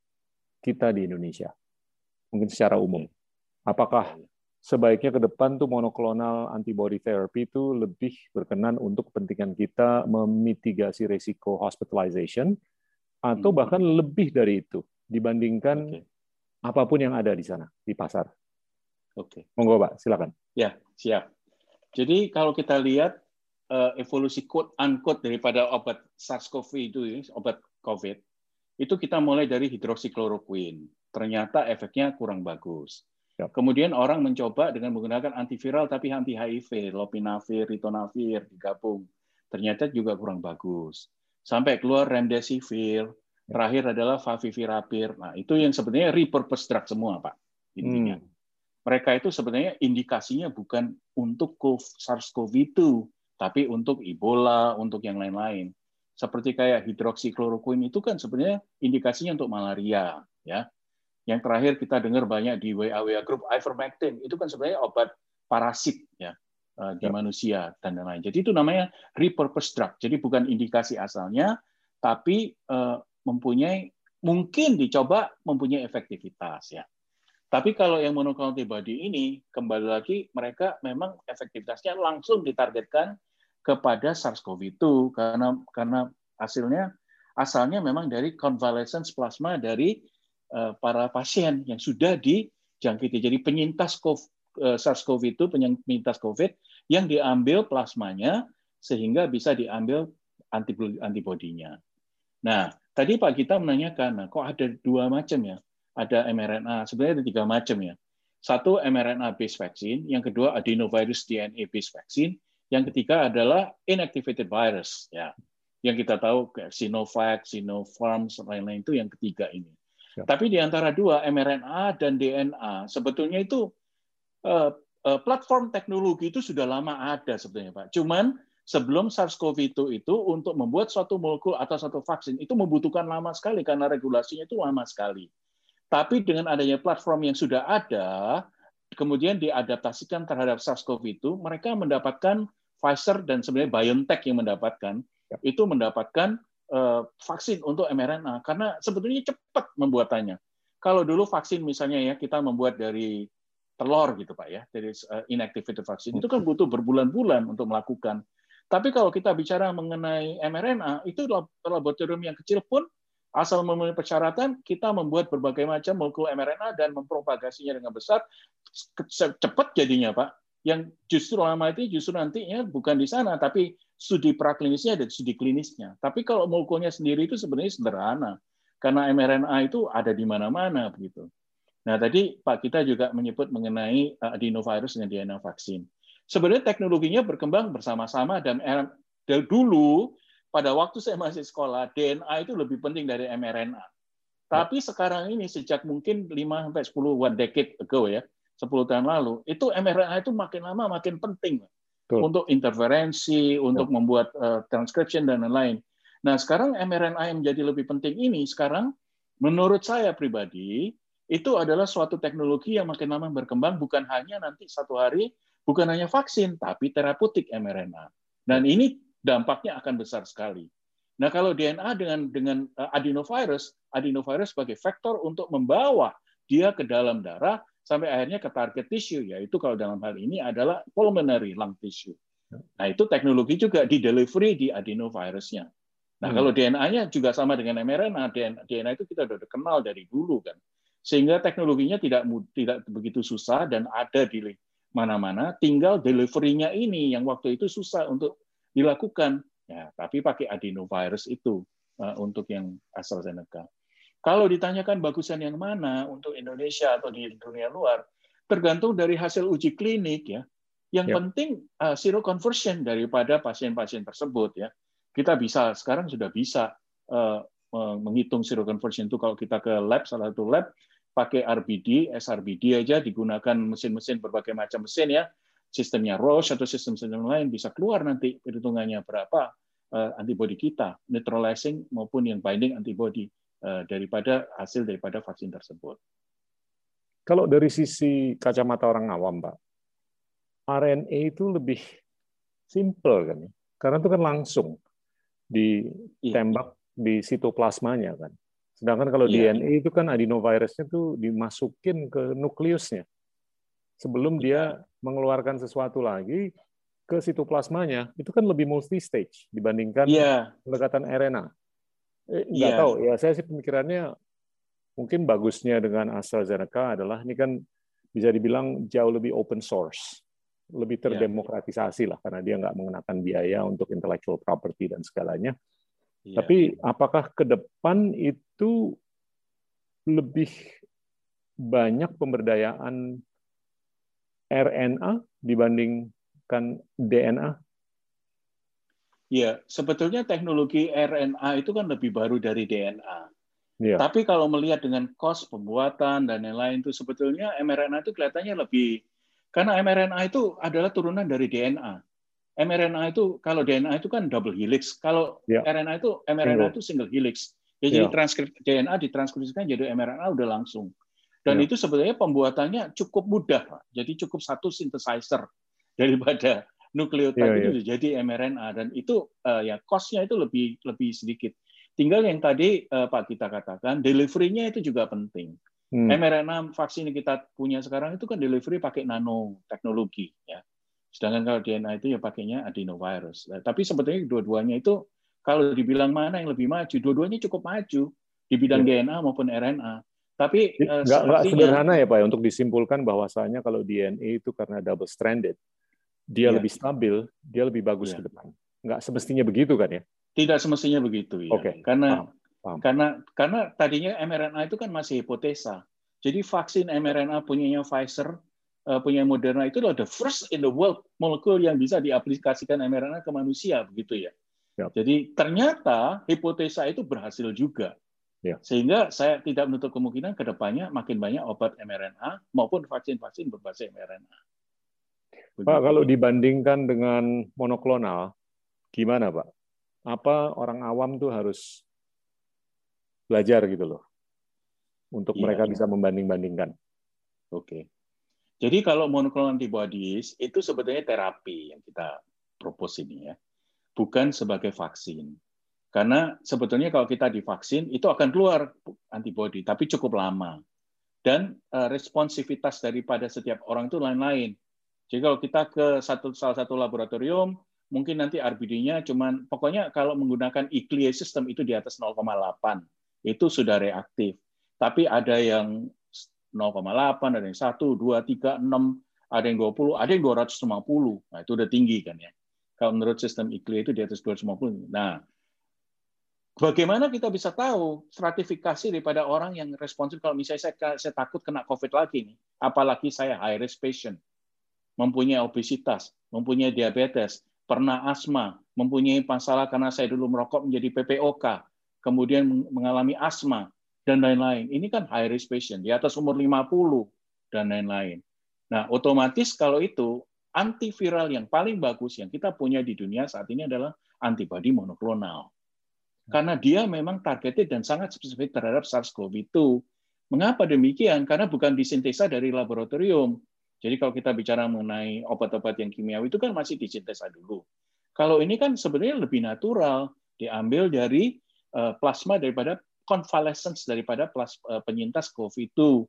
kita di Indonesia? Mungkin secara umum. Apakah sebaiknya ke depan tuh monoklonal antibody therapy itu lebih berkenan untuk kepentingan kita memitigasi risiko hospitalization atau bahkan lebih dari itu dibandingkan okay. apapun yang ada di sana di pasar? Oke. Okay. Monggo, Pak, silakan. Ya, siap. Jadi kalau kita lihat uh, evolusi quote unquote daripada obat SARS-CoV itu, obat COVID, itu kita mulai dari hidroksikloroquine. Ternyata efeknya kurang bagus. Yep. Kemudian orang mencoba dengan menggunakan antiviral tapi anti H I V, lopinavir, ritonavir digabung. Ternyata juga kurang bagus. Sampai keluar remdesivir, terakhir adalah favipiravir. Nah, itu yang sebenarnya repurpose drug semua, Pak, intinya. Hmm. Mereka itu sebenarnya indikasinya bukan untuk SARS-CoV dua, tapi untuk Ebola, untuk yang lain-lain. Seperti kayak hidroksikloroquine itu kan sebenarnya indikasinya untuk malaria, ya. Yang terakhir kita dengar banyak di W A W A Group, ivermectin, itu kan sebenarnya obat parasit ya di ya. manusia dan lain-lain. Jadi itu namanya repurpose drug. Jadi bukan indikasi asalnya, tapi uh, mempunyai mungkin dicoba mempunyai efektivitas ya. Tapi kalau yang monoclonal antibody ini kembali lagi mereka memang efektivitasnya langsung ditargetkan kepada SARS-CoV dua karena karena hasilnya asalnya memang dari convalescence plasma dari uh, para pasien yang sudah dijangkiti. Jadi penyintas uh, SARS-CoV dua, penyintas COVID yang diambil plasmanya sehingga bisa diambil antibodinya. Nah, tadi Pak Gita menanyakan, nah, kok ada dua macam ya? Ada M R N A, sebenarnya ada tiga macam ya. Satu M R N A-based vaccine, yang kedua adenovirus D N A-based vaccine, yang ketiga adalah inactivated virus. Ya, yang kita tahu kayak Sinovac, Sinopharm, lain-lain itu yang ketiga ini. Ya. Tapi di antara dua, M R N A dan D N A, sebetulnya itu uh, uh, platform teknologi itu sudah lama ada sebenarnya, Pak. Cuman sebelum SARS-CoV dua itu untuk membuat suatu molekul atau satu vaksin itu membutuhkan lama sekali karena regulasinya itu lama sekali. Tapi dengan adanya platform yang sudah ada, kemudian diadaptasikan terhadap SARS-CoV dua, mereka mendapatkan Pfizer dan sebenarnya BioNTech yang mendapatkan itu mendapatkan uh, vaksin untuk M R N A karena sebetulnya cepat membuatannya. Kalau dulu vaksin misalnya ya kita membuat dari telur gitu Pak ya, dari uh, inactivated vaksin itu kan butuh berbulan-bulan untuk melakukan. Tapi kalau kita bicara mengenai M R N A, itu laboratorium yang kecil pun asal memenuhi persyaratan, kita membuat berbagai macam molekul M R N A dan mempropagasinya dengan besar, cepat jadinya, Pak. Yang justru lama itu justru nantinya bukan di sana, tapi studi praklinisnya dan studi klinisnya. Tapi kalau molekulnya sendiri itu sebenarnya sederhana, karena M R N A itu ada di mana-mana, begitu. Nah, tadi Pak kita juga menyebut mengenai adenovirus dengan D N A vaksin. Sebenarnya teknologinya berkembang bersama-sama dan dulu pada waktu saya masih sekolah, D N A itu lebih penting dari M R N A. Tapi ya. Sekarang ini sejak mungkin lima sampai sepuluh one decade ago ya, sepuluh tahun lalu, itu M R N A itu makin lama makin penting Betul. Untuk interferensi, untuk ya. Membuat uh, transcription dan lain-lain. Nah, sekarang M R N A yang menjadi lebih penting ini sekarang menurut saya pribadi itu adalah suatu teknologi yang makin lama berkembang bukan hanya nanti satu hari bukan hanya vaksin tapi terapeutik M R N A. Dan ya. Ini dampaknya akan besar sekali. Nah, kalau D N A dengan dengan adenovirus, adenovirus sebagai faktor untuk membawa dia ke dalam darah sampai akhirnya ke target tissue, yaitu kalau dalam hal ini adalah pulmonary lung tissue. Nah, itu teknologi juga di delivery di adenovirusnya. Nah, Hmm. kalau D N A-nya juga sama dengan mRNA, D N A itu kita sudah kenal dari dulu kan. Sehingga teknologinya tidak tidak begitu susah dan ada di mana-mana, tinggal delivery-nya ini yang waktu itu susah untuk dilakukan. Ya, tapi pakai adenovirus itu uh, untuk yang AstraZeneca. Kalau ditanyakan bagusan yang mana untuk Indonesia atau di dunia luar, tergantung dari hasil uji klinik ya. Yang Yep. penting uh, seroconversion daripada pasien-pasien tersebut ya. Kita bisa sekarang sudah bisa uh, menghitung seroconversion itu kalau kita ke lab, salah satu lab pakai R B D, S R B D aja digunakan mesin-mesin berbagai macam mesin ya. Sistemnya Roche atau sistem-sistem lain bisa keluar nanti perhitungannya berapa uh, antibodi kita, neutralizing maupun yang binding antibody daripada hasil daripada vaksin tersebut. Kalau dari sisi kacamata orang awam, Pak, R N A itu lebih simple kan ya? Karena itu kan langsung ditembak iya. di sitoplasmanya kan. Sedangkan kalau iya. D N A itu kan adenovirusnya tuh dimasukin ke nukleusnya sebelum iya. dia mengeluarkan sesuatu lagi ke sitoplasmanya. Itu kan lebih multi stage dibandingkan iya. pendekatan R N A. Eh, nggak yeah. tahu ya, saya sih pemikirannya mungkin bagusnya dengan AstraZeneca adalah ini kan bisa dibilang jauh lebih open source, lebih terdemokratisasi lah karena dia nggak mengenakan biaya untuk intellectual property dan segalanya. Yeah. Tapi apakah ke depan itu lebih banyak pemberdayaan R N A dibandingkan D N A? Ya, sebetulnya teknologi R N A itu kan lebih baru dari D N A. Ya. Tapi kalau melihat dengan cost pembuatan dan lain-lain itu sebetulnya mRNA itu kelihatannya lebih, karena mRNA itu adalah turunan dari D N A. mRNA itu kalau D N A itu kan double helix, kalau ya. R N A itu mRNA single. itu single helix. Ya, jadi ya. transkrip D N A ditranskripsikan jadi mRNA udah langsung. Dan ya. itu sebetulnya pembuatannya cukup mudah, Pak. Jadi cukup satu synthesizer daripada nukleotide yeah, itu yeah. jadi mRNA dan itu uh, ya cost-nya itu lebih lebih sedikit. Tinggal yang tadi uh, Pak kita katakan delivery-nya itu juga penting. Hmm. mRNA vaksin yang kita punya sekarang itu kan delivery pakai nanoteknologi ya. Sedangkan kalau D N A itu ya pakainya adenovirus. Nah, tapi sebetulnya dua-duanya itu kalau dibilang mana yang lebih maju, dua-duanya cukup maju di bidang yeah. D N A maupun R N A. Tapi uh, nggak, sepertinya, nggak sederhana ya Pak ya, untuk disimpulkan bahwasanya kalau D N A itu karena double stranded dia ya. lebih stabil, dia lebih bagus ya. ke depan. Nggak semestinya begitu kan ya? Tidak semestinya begitu ya. Okay. Karena paham. Paham. karena karena tadinya mRNA itu kan masih hipotesa. Jadi vaksin mRNA punyanya Pfizer, punya Moderna itu adalah the first in the world molekul yang bisa diaplikasikan mRNA ke manusia begitu ya. ya. Jadi ternyata hipotesa itu berhasil juga. Ya. Sehingga saya tidak menutup kemungkinan ke depannya makin banyak obat mRNA maupun vaksin-vaksin berbasis mRNA. Begitu. Pak, kalau dibandingkan dengan monoklonal, gimana Pak? Apa orang awam tuh harus belajar gitu loh, untuk ya, mereka ya. bisa membanding-bandingkan? Oke. Jadi kalau monoclonal antibodies itu sebetulnya terapi yang kita propose ini ya, bukan sebagai vaksin. Karena sebetulnya kalau kita divaksin itu akan keluar antibodi, tapi cukup lama. Dan responsivitas daripada setiap orang itu lain-lain. Jadi kalau kita ke satu salah satu laboratorium, mungkin nanti R B D-nya cuman, pokoknya kalau menggunakan E C L I A system itu di atas nol koma delapan, itu sudah reaktif. Tapi ada yang nol koma delapan, ada yang satu, dua, tiga, enam, ada yang dua puluh, ada yang dua ratus lima puluh. Nah, itu udah tinggi kan ya. Kalau menurut sistem E C L I A itu di atas dua ratus lima puluh. Nah, bagaimana kita bisa tahu stratifikasi daripada orang yang responsif kalau misalnya saya, saya takut kena COVID lagi nih, apalagi saya high risk patient, mempunyai obesitas, mempunyai diabetes, pernah asma, mempunyai masalah karena saya dulu merokok menjadi P P O K, kemudian mengalami asma, dan lain-lain. Ini kan high risk patient, di atas umur lima puluh, dan lain-lain. Nah, otomatis kalau itu, antiviral yang paling bagus yang kita punya di dunia saat ini adalah antibodi monoklonal. Karena dia memang targeted dan sangat spesifik terhadap SARS-CoV dua. Mengapa demikian? Karena bukan disintesa dari laboratorium. Jadi kalau kita bicara mengenai obat-obat yang kimiawi itu kan masih disintesa dulu. Kalau ini kan sebenarnya lebih natural, diambil dari plasma daripada convalescence daripada penyintas COVID dua.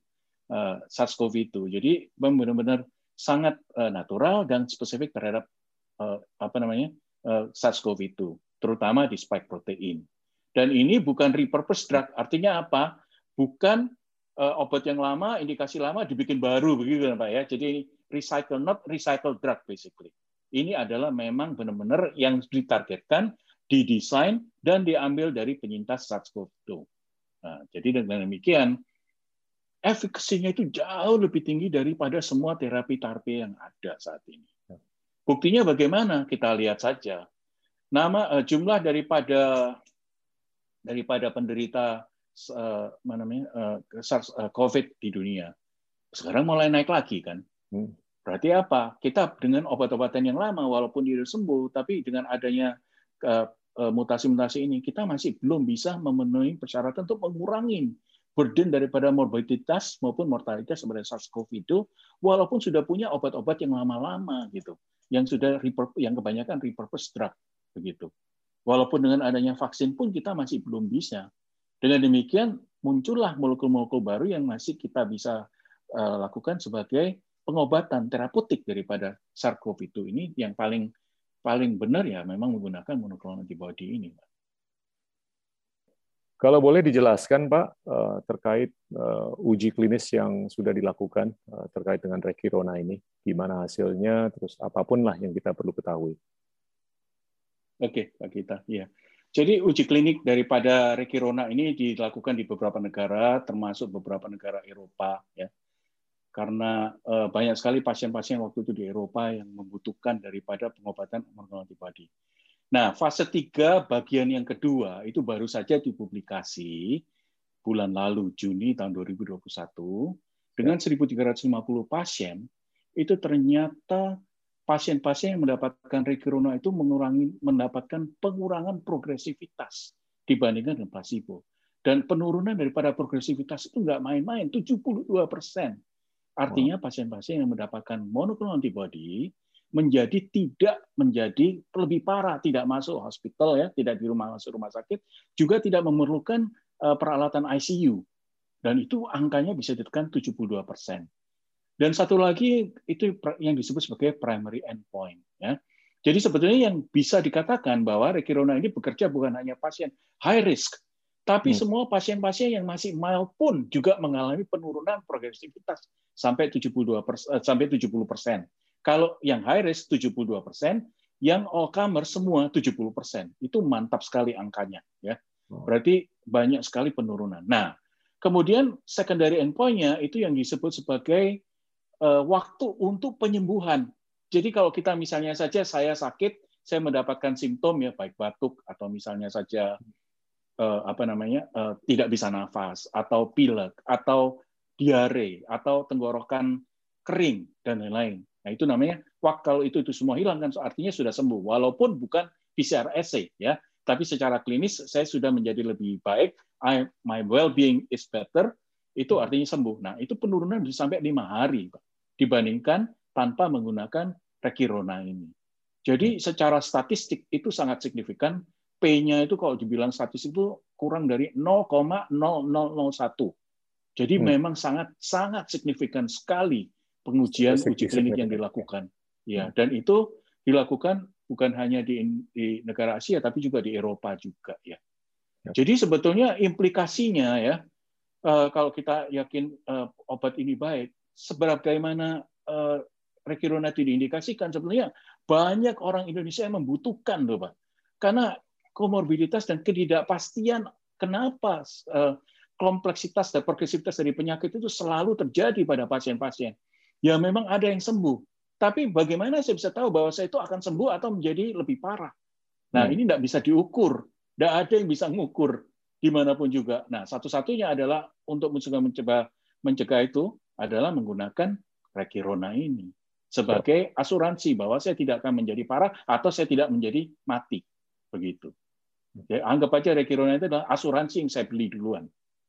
uh, SARS-C o V dua. Jadi benar-benar sangat uh, natural dan spesifik terhadap uh, apa namanya uh, SARS-C o V dua, terutama di spike protein. Dan ini bukan repurpose drug, artinya apa? Bukan uh, obat yang lama, indikasi lama dibikin baru begitu Pak ya. Jadi ini recycle, not recycle drug basically. Ini adalah memang benar-benar yang ditargetkan, didesain dan diambil dari penyintas SARS-C o V dua. Nah, jadi dengan demikian, efikasinya itu jauh lebih tinggi daripada semua terapi-terapi yang ada saat ini. Buktinya bagaimana? Kita lihat saja. Nama jumlah daripada daripada penderita uh, mana namanya uh, SARS uh, COVID di dunia sekarang mulai naik lagi kan. Berarti apa? Kita dengan obat-obatan yang lama walaupun dia sembuh, tapi dengan adanya uh, mutasi-mutasi ini kita masih belum bisa memenuhi persyaratan untuk mengurangi burden daripada morbiditas maupun mortalitas seperti SARS-C o V dua, walaupun sudah punya obat-obat yang lama-lama gitu, yang sudah yang kebanyakan repurpose drug begitu. Walaupun dengan adanya vaksin pun kita masih belum bisa. Dengan demikian muncullah molekul-molekul baru yang masih kita bisa uh, lakukan sebagai pengobatan terapeutik daripada SARS-C o V dua ini yang paling paling benar ya memang menggunakan monoklonal antibody ini. Kalau boleh dijelaskan, Pak, terkait uji klinis yang sudah dilakukan terkait dengan Rekirona ini, gimana hasilnya, terus apapun lah yang kita perlu ketahui. Oke, Pak Gita. Ya. Jadi uji klinik daripada Rekirona ini dilakukan di beberapa negara, termasuk beberapa negara Eropa, ya. Karena banyak sekali pasien-pasien waktu itu di Eropa yang membutuhkan daripada pengobatan monoklonal antibody. Nah, fase tiga bagian yang kedua itu baru saja dipublikasi bulan lalu, Juni tahun dua ribu dua puluh satu, dengan seribu tiga ratus lima puluh pasien, itu ternyata pasien-pasien yang mendapatkan Rekirona itu mengurangi, mendapatkan pengurangan progresivitas dibandingkan dengan placebo. Dan penurunan daripada progresivitas itu nggak main-main, tujuh puluh dua persen. Artinya pasien-pasien yang mendapatkan monoklonal antibody menjadi tidak menjadi lebih parah, tidak masuk hospital ya, tidak di rumah masuk rumah sakit, juga tidak memerlukan uh, peralatan I C U. Dan itu angkanya bisa ditekan tujuh puluh dua persen. Dan satu lagi itu yang disebut sebagai primary endpoint ya. Jadi sebetulnya yang bisa dikatakan bahwa Rekirona ini bekerja bukan hanya pasien high risk, tapi hmm. semua pasien-pasien yang masih mild pun juga mengalami penurunan progresivitas sampai tujuh puluh dua persen sampai tujuh puluh persen. Kalau yang high risk tujuh puluh dua persen, yang all comer semua tujuh puluh persen. Itu mantap sekali angkanya ya. Berarti banyak sekali penurunan. Nah, kemudian secondary endpoint-nya itu yang disebut sebagai uh, waktu untuk penyembuhan. Jadi kalau kita misalnya saja saya sakit, saya mendapatkan simptom ya baik batuk atau misalnya saja uh, apa namanya uh, tidak bisa nafas atau pilek atau diare atau tenggorokan kering dan lain-lain. Nah, itu namanya waktu kalau itu itu semua hilang kan artinya sudah sembuh walaupun bukan P C R assay ya, tapi secara klinis saya sudah menjadi lebih baik, I, my well-being is better, itu artinya sembuh. Nah, itu penurunan bisa sampai lima hari Pak, dibandingkan tanpa menggunakan Rekirona ini. Jadi secara statistik itu sangat signifikan, P-nya itu kalau dibilang statistik itu kurang dari nol koma nol nol nol satu. Jadi hmm. memang sangat sangat signifikan sekali pengujian uji klinik yang dilakukan. Ya, dan itu dilakukan bukan hanya di, di negara Asia tapi juga di Eropa juga ya. Jadi sebetulnya implikasinya ya uh, kalau kita yakin uh, obat ini baik, sebagaimana uh, Rekirona itu diindikasikan sebenarnya banyak orang Indonesia yang membutuhkan loh Pak. Karena komorbiditas dan ketidakpastian kenapa uh, kompleksitas dan progresivitas dari penyakit itu selalu terjadi pada pasien-pasien. Ya memang ada yang sembuh, tapi bagaimana saya bisa tahu bahwa saya itu akan sembuh atau menjadi lebih parah? Nah, hmm. ini tidak bisa diukur, tidak ada yang bisa mengukur dimanapun juga. Nah, satu-satunya adalah untuk mencoba mencegah itu adalah menggunakan Rekirona ini sebagai asuransi bahwa saya tidak akan menjadi parah atau saya tidak menjadi mati, begitu. Ya, anggap aja Rekirona itu adalah asuransi yang saya beli duluan.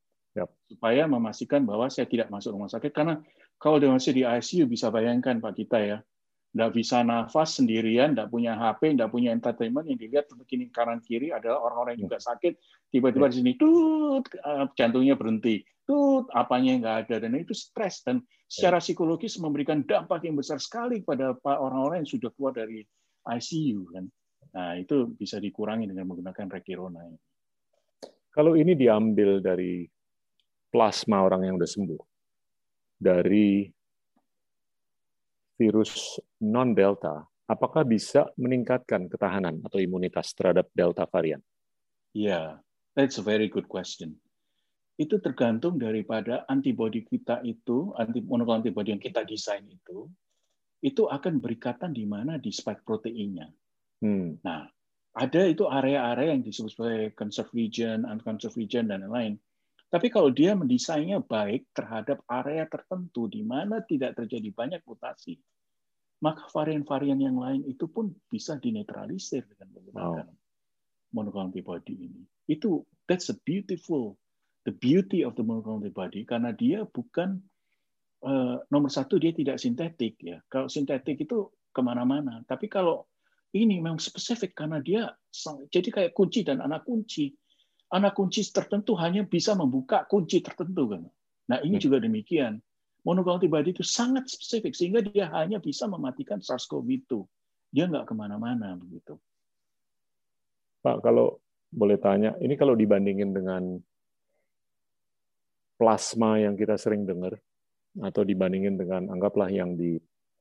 Supaya memastikan bahwa saya tidak masuk rumah sakit. Karena kalau dia masih di I C U, bisa bayangkan Pak kita ya, nggak bisa nafas sendirian, nggak punya H P, nggak punya entertainment, yang dilihat begini kanan kiri adalah orang-orang yang juga sakit, tiba-tiba di sini, tut, jantungnya berhenti. tut, apanya yang nggak ada, dan itu stres dan secara psikologis memberikan dampak yang besar sekali pada orang-orang yang sudah keluar dari I C U kan. Nah, itu bisa dikurangi dengan menggunakan Rekirona. Kalau ini diambil dari plasma orang yang sudah sembuh, dari virus non-delta, apakah bisa meningkatkan ketahanan atau imunitas terhadap delta varian? Ya, yeah, that's a very good question. Itu tergantung daripada antibodi kita itu, anti monoklonal antibodi yang kita desain itu, itu akan berikatan di mana di spike proteinnya. Hmm. Nah, ada itu area-area yang disebut sebagai conserved region, unconserved region, dan lain-lain. Tapi kalau dia mendesainnya baik terhadap area tertentu di mana tidak terjadi banyak mutasi, maka varian-varian yang lain itu pun bisa dinetralisir dengan menggunakan wow. monoklonal antibody ini. Itu that's a beautiful the beauty of the monoclonal antibody, karena dia bukan uh, nomor satu, dia tidak sintetik ya. Kalau sintetik itu kemana-mana. Tapi kalau ini memang spesifik karena dia jadi kayak kunci dan anak kunci. Anak kunci tertentu hanya bisa membuka kunci tertentu kan. Nah ini juga demikian. Monoclonal antibody itu sangat spesifik sehingga dia hanya bisa mematikan SARS-CoV dua. Dia nggak kemana-mana begitu. Pak, kalau boleh tanya, ini kalau dibandingin dengan plasma yang kita sering dengar, atau dibandingin dengan anggaplah yang di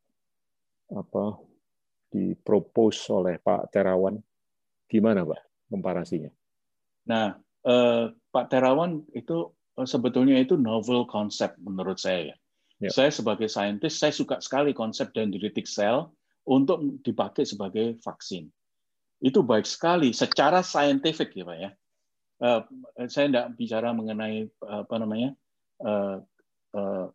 apa dipropose oleh Pak Terawan, gimana Pak komparasinya? Nah, eh, Pak Terawan itu eh, sebetulnya itu novel concept menurut saya. Ya. Saya sebagai saintis, saya suka sekali konsep dendritic cell untuk dipakai sebagai vaksin. Itu baik sekali secara saintifik ya Pak ya. Uh, saya tidak bicara mengenai apa namanya uh, uh,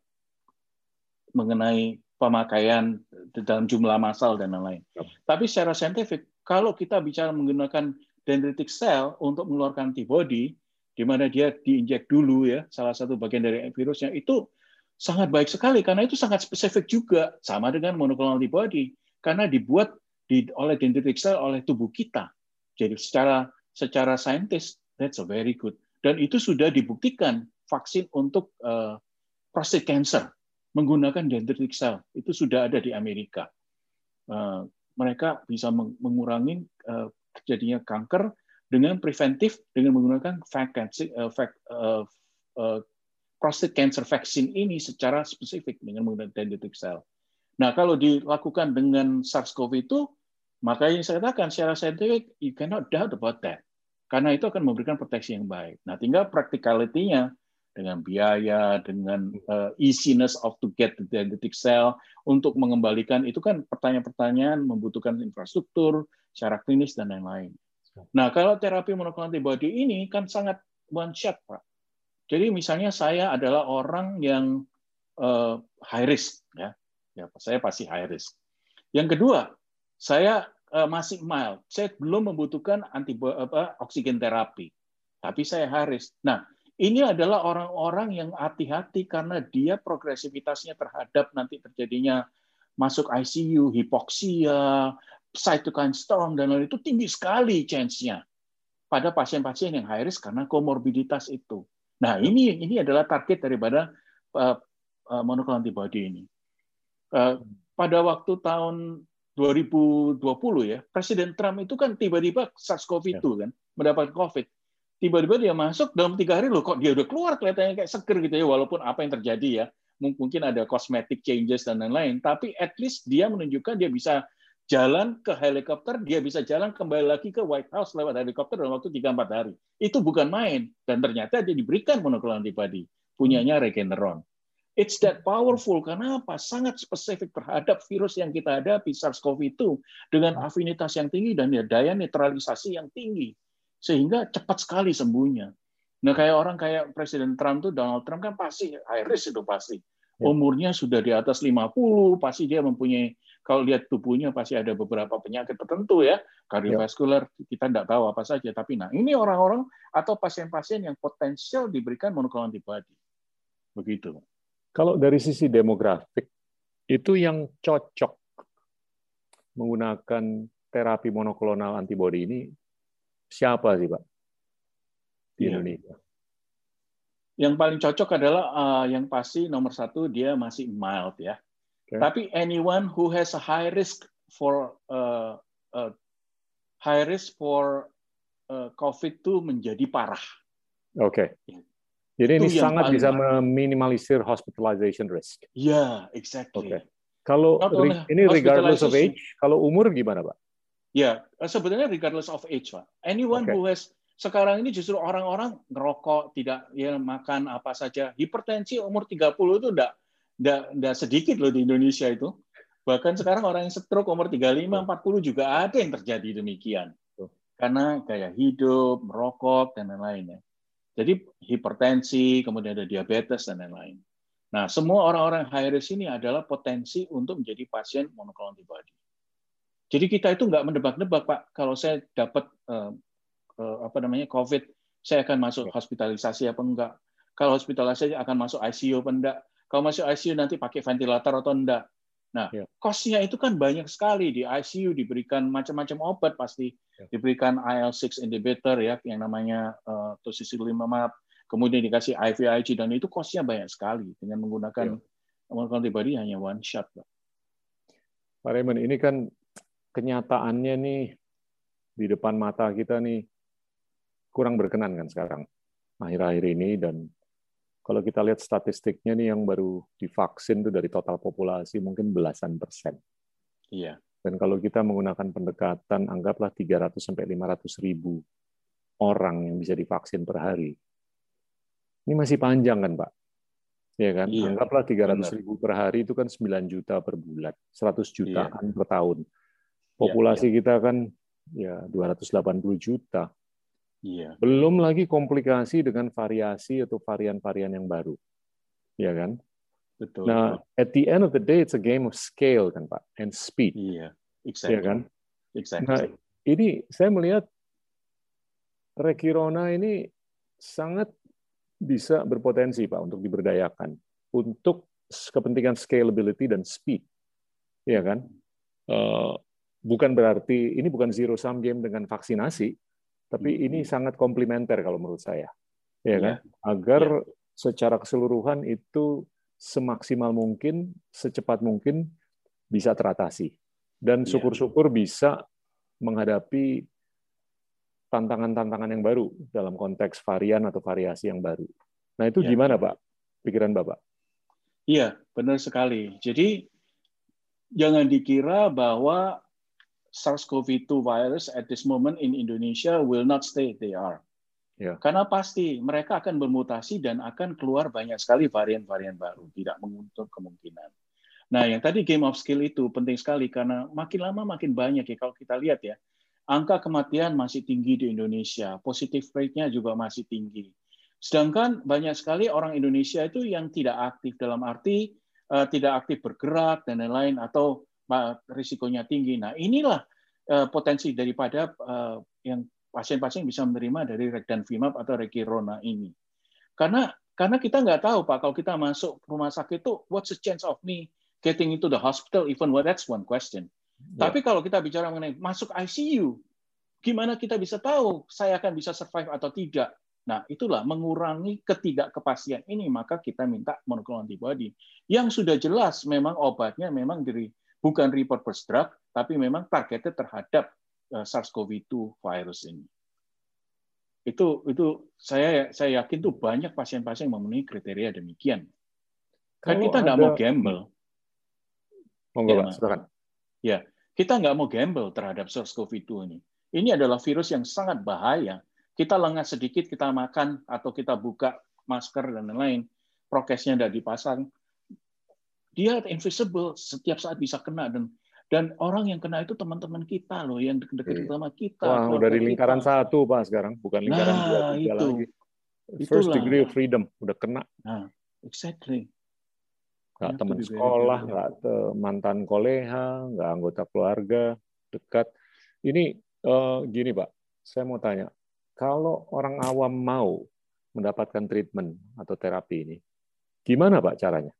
mengenai pemakaian dalam jumlah massal dan lain-lain. Tapi secara saintifik, kalau kita bicara menggunakan dendritic cell untuk mengeluarkan antibody, di mana dia diinjek dulu ya, salah satu bagian dari virusnya, itu sangat baik sekali karena itu sangat spesifik juga, sama dengan monoklonal antibody karena dibuat di, oleh dendritic cell oleh tubuh kita. Jadi secara secara saintis that's a very good. Dan itu sudah dibuktikan vaksin untuk uh, prostate cancer menggunakan dendritic cell. Itu sudah ada di Amerika. Uh, mereka bisa mengurangi uh, terjadinya kanker dengan preventif dengan menggunakan vaksin, uh, uh, uh, prostate cancer vaccine ini secara spesifik dengan menggunakan dendritic cell. Nah, kalau dilakukan dengan SARS-CoV dua, maka yang saya katakan secara saintifik, you cannot doubt about that. Karena itu akan memberikan proteksi yang baik. Nah, tinggal practicality-nya dengan biaya, dengan uh, easiness of to get the dendritic cell untuk mengembalikan itu kan pertanyaan-pertanyaan membutuhkan infrastruktur, secara klinis dan lain-lain. Nah, kalau terapi monoklonal antibody ini kan sangat one shot, Pak. Jadi misalnya saya adalah orang yang uh, high risk, ya, ya saya pasti high risk. Yang kedua, saya masih mild, saya belum membutuhkan antibody apa oksigen terapi, tapi saya harus. Nah, ini adalah orang-orang yang hati-hati karena dia progresivitasnya terhadap nanti terjadinya masuk I C U, hipoksia, cytokine storm dan lain itu tinggi sekali chance-nya pada pasien-pasien yang high risk karena komorbiditas itu. Nah, ini ini adalah target daripada uh, uh, monoklonal antibody ini. Uh, pada waktu tahun dua ribu dua puluh ya, Presiden Trump itu kan tiba-tiba SARS-CoV dua kan, mendapat COVID. Tiba-tiba dia masuk dalam tiga hari loh, kok dia udah keluar kelihatannya kayak seger gitu ya, walaupun apa yang terjadi ya, mungkin ada cosmetic changes dan lain-lain, tapi at least dia menunjukkan dia bisa jalan ke helikopter, dia bisa jalan kembali lagi ke White House lewat helikopter dalam waktu tiga sampai empat hari. Itu bukan main, dan ternyata dia diberikan monoklonal antibody, punyanya Regeneron. It's that powerful karena apa? Sangat spesifik terhadap virus yang kita hadapi SARS-CoV dua dengan afinitas yang tinggi dan daya netralisasi yang tinggi sehingga cepat sekali sembuhnya. Nah kayak orang kayak Presiden Trump tuh Donald Trump kan pasti high risk itu pasti. Umurnya sudah di atas lima puluh, pasti dia mempunyai kalau lihat tubuhnya pasti ada beberapa penyakit tertentu ya, kardiovaskular kita tidak tahu apa saja. Tapi nah ini orang-orang atau pasien-pasien yang potensial diberikan monoklonal antibody. Begitu. Kalau dari sisi demografik, itu yang cocok menggunakan terapi monoklonal antibody ini siapa sih, Pak? Di ya. Indonesia. Yang paling cocok adalah uh, yang pasti nomor satu dia masih mild ya. Okay. Tapi anyone who has a high risk for uh, uh, high risk for uh, COVID itu menjadi parah. Oke. Okay. Jadi itu ini sangat bisa parah. meminimalisir hospitalization risk. Ya, yeah, exactly. Okay. Kalau ini regardless of age, kalau umur gimana, Pak? Ya, yeah, sebenarnya regardless of age, Pak. Anyone okay. who has sekarang ini justru orang-orang ngerokok, tidak ya makan apa saja. Hipertensi umur tiga puluh itu enggak, enggak, enggak sedikit loh di Indonesia itu. Bahkan sekarang orang yang stroke umur tiga puluh lima, empat puluh juga ada yang terjadi demikian. Karena gaya hidup, merokok, dan lain-lain. Jadi hipertensi, kemudian ada diabetes, dan lain-lain. Nah, semua orang-orang high risk ini adalah potensi untuk menjadi pasien monoclonal antibody. Jadi kita itu nggak mendebak-debak, Pak. Kalau saya dapat uh, uh, apa namanya COVID, saya akan masuk hospitalisasi apa enggak? Kalau hospitalisasi akan masuk I C U apa enggak? Kalau masuk I C U nanti pakai ventilator atau enggak? Nah, ya. Cost-nya itu kan banyak sekali. Di I C U diberikan macam-macam obat pasti. Ya. Diberikan I L six inhibitor ya, yang namanya uh, tocilizumab, kemudian dikasih I V I G, dan itu cost-nya banyak sekali dengan menggunakan ya. monoclonal antibody hanya one shot, Pak. Pak Raymond, ini kan kenyataannya nih di depan mata kita nih kurang berkenan kan sekarang akhir-akhir ini, dan kalau kita lihat statistiknya nih yang baru divaksin tuh dari total populasi mungkin belasan persen. Iya. Dan kalau kita menggunakan pendekatan anggaplah tiga ratus sampai lima ratus ribu orang yang bisa divaksin per hari. Ini masih panjang kan, Pak? Ya kan? Iya, anggaplah tiga ratus ribu per hari itu kan sembilan juta per bulan, seratus jutaan iya. per tahun. Populasi iya, iya. kita kan ya dua ratus delapan puluh juta. Iya. Belum lagi komplikasi dengan variasi atau varian-varian yang baru. Ya kan? Betul. Nah, at the end of the day, it's a game of scale kan, Pak, and speed. Iya, exactly. Ya kan? Exactly. Nah, ini saya melihat Rekirona ini sangat bisa berpotensi, Pak, untuk diberdayakan untuk kepentingan scalability dan speed. Ya kan? Uh, bukan berarti ini bukan zero sum game dengan vaksinasi, tapi hmm. ini sangat komplementer kalau menurut saya, ya kan? Yeah. Agar yeah. secara keseluruhan itu semaksimal mungkin, secepat mungkin bisa teratasi, dan syukur-syukur bisa menghadapi tantangan-tantangan yang baru dalam konteks varian atau variasi yang baru. Nah itu yeah. gimana, Pak? Pikiran Bapak? Iya, benar sekali. Jadi jangan dikira bahwa SARS-CoV two virus at this moment in Indonesia will not stay they are. Yeah. Karena pasti mereka akan bermutasi dan akan keluar banyak sekali varian-varian baru, tidak menutup kemungkinan. Nah, yang tadi game of skill itu penting sekali karena makin lama makin banyak ya. Kalau kita lihat ya, angka kematian masih tinggi di Indonesia, positive rate-nya juga masih tinggi. Sedangkan banyak sekali orang Indonesia itu yang tidak aktif, dalam arti uh, tidak aktif bergerak dan lain-lain, atau risikonya tinggi. Nah, inilah uh, potensi daripada uh, yang pasien-pasien bisa menerima dari Regdanvimab atau Rekirona ini. Karena karena kita nggak tahu, Pak, kalau kita masuk rumah sakit itu, what's the chance of me getting into the hospital, even well, that's one question. Yeah. Tapi kalau kita bicara mengenai masuk I C U, gimana kita bisa tahu saya akan bisa survive atau tidak? Nah, itulah mengurangi ketidakkepastian ini, maka kita minta monoclonal antibody yang sudah jelas memang obatnya memang dari bukan repurposed drug, tapi memang targetnya terhadap uh, SARS-CoV two virus ini. Itu itu saya saya yakin tuh banyak pasien-pasien yang memenuhi kriteria demikian. Kan kita nggak ada... mau gamble. Monggo, ya, Pak, silakan. Ya, kita nggak mau gamble terhadap SARS-CoV two ini. Ini adalah virus yang sangat bahaya. Kita lengah sedikit, kita makan atau kita buka masker dan lain-lain, prokesnya tidak dipasang. Dia invisible, setiap saat bisa kena, dan dan orang yang kena itu teman-teman kita loh, yang dekat-dekat sama kita. Wah, udah di lingkaran kita. satu, Pak, sekarang, bukan lingkaran nah, dua tiga itu. lagi. First Itulah. degree of freedom, udah kena. Nah, exactly. Nggak teman sekolah, nggak mantan koleha, nggak anggota keluarga dekat. Ini uh, gini, Pak, saya mau tanya, kalau orang awam mau mendapatkan treatment atau terapi ini, gimana, Pak, caranya?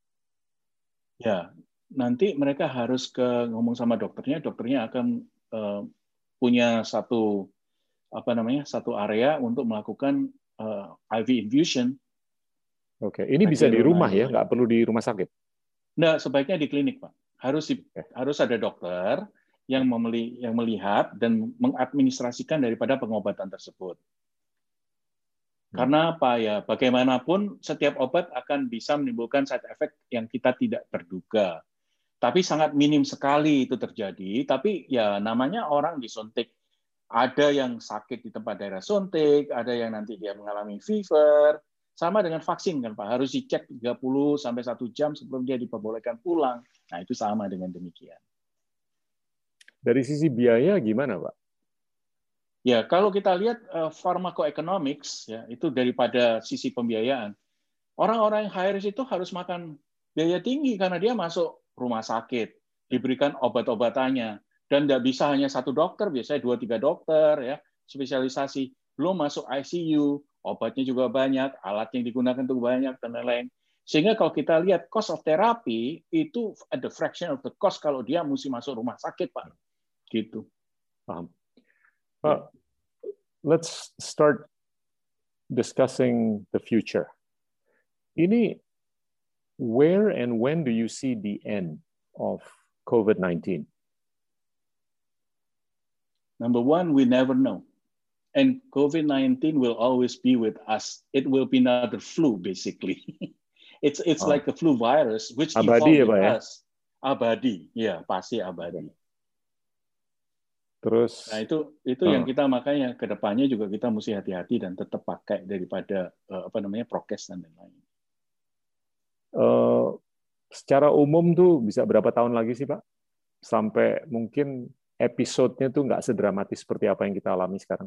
Ya, nanti mereka harus ke ngomong sama dokternya, dokternya akan uh, punya satu apa namanya satu area untuk melakukan uh, I V infusion. Oke, ini bisa di rumah ya, nggak perlu di rumah sakit? Nggak, sebaiknya di klinik, Pak. Harus di, okay. harus ada dokter yang memeli, yang melihat dan mengadministrasikan daripada pengobatan tersebut. Karena apa ya? Bagaimanapun setiap obat akan bisa menimbulkan side effect yang kita tidak terduga. Tapi sangat minim sekali itu terjadi. Tapi ya namanya orang disuntik. Ada yang sakit di tempat daerah suntik, ada yang nanti dia mengalami fever. Sama dengan vaksin kan Pak, harus dicek tiga puluh sampai satu jam sebelum dia diperbolehkan pulang. Nah, itu sama dengan demikian. Dari sisi biaya gimana, Pak? Ya, kalau kita lihat uh, pharmacoeconomics ya, itu daripada sisi pembiayaan. Orang-orang yang high risk itu harus makan biaya tinggi karena dia masuk rumah sakit, diberikan obat-obatannya. Dan tidak bisa hanya satu dokter, biasanya dua tiga dokter ya, spesialisasi. Belum masuk I C U, obatnya juga banyak, alat yang digunakan itu banyak dan lain-lain. Sehingga kalau kita lihat cost of therapy itu at the fraction of the cost kalau dia mesti masuk rumah sakit, Pak. Gitu. Paham. Pak, let's start discussing the future. Ini where and when do you see the end of COVID nineteen? Number one, we never know. And COVID nineteen will always be with us. It will be another flu, basically. it's it's oh. like a flu virus, which abadi evolved ya, with ya? us. Abadi, ya pasti abadi. Terus, nah itu itu oh. yang kita makanya kedepannya juga kita mesti hati-hati dan tetap pakai daripada uh, apa namanya prokes dan lain-lain. Uh, secara umum tuh bisa berapa tahun lagi sih Pak? Sampai mungkin episodenya tuh nggak sedramatis seperti apa yang kita alami sekarang.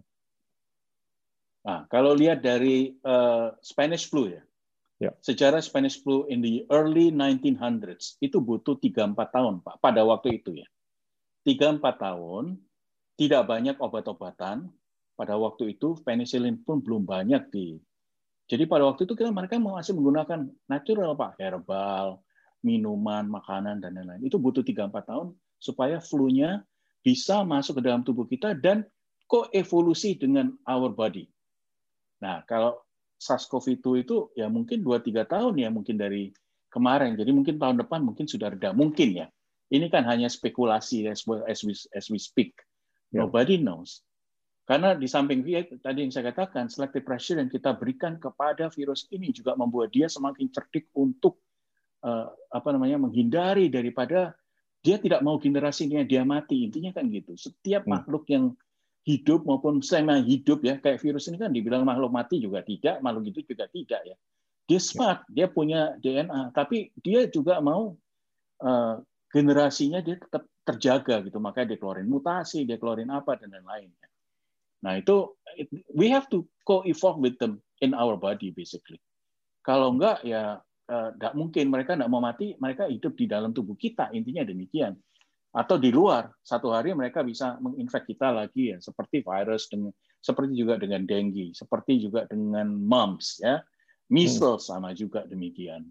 Nah, kalau lihat dari uh, Spanish flu ya, ya, sejarah Spanish flu in the early nineteen hundreds itu butuh tiga sampai empat tahun Pak, pada waktu itu ya. tiga sampai empat tahun, tidak banyak obat-obatan, pada waktu itu penicillin pun belum banyak di. Jadi pada waktu itu kita mereka masih menggunakan natural Pak, herbal, minuman, makanan dan lain-lain. Itu butuh tiga sampai empat tahun supaya flu-nya bisa masuk ke dalam tubuh kita dan koevolusi dengan our body. Nah, kalau SARS-CoV dua itu ya mungkin dua tiga tahun ya mungkin dari kemarin. Jadi mungkin tahun depan mungkin sudah reda. Mungkin ya. Ini kan hanya spekulasi as we, as we speak. Nobody knows. Karena di samping tadi yang saya katakan, selective pressure yang kita berikan kepada virus ini juga membuat dia semakin cerdik untuk uh, apa namanya menghindari daripada dia tidak mau generasinya dia mati. Intinya kan gitu. Setiap hmm. makhluk yang hidup maupun semi hidup ya, kayak virus ini kan dibilang makhluk mati juga tidak, makhluk hidup juga tidak ya. Dia smart, dia punya D N A, tapi dia juga mau uh, generasinya dia tetap terjaga gitu. Makanya dia keluarin mutasi, dia keluarin apa dan lain-lain. Nah itu we have to co-evolve with them in our body basically. Kalau enggak ya enggak mungkin, mereka enggak mau mati, mereka hidup di dalam tubuh kita, intinya demikian. Atau di luar, satu hari mereka bisa menginfek kita lagi ya, seperti virus, dengan, seperti juga dengan dengue, seperti juga dengan mumps ya, measles sama juga demikian.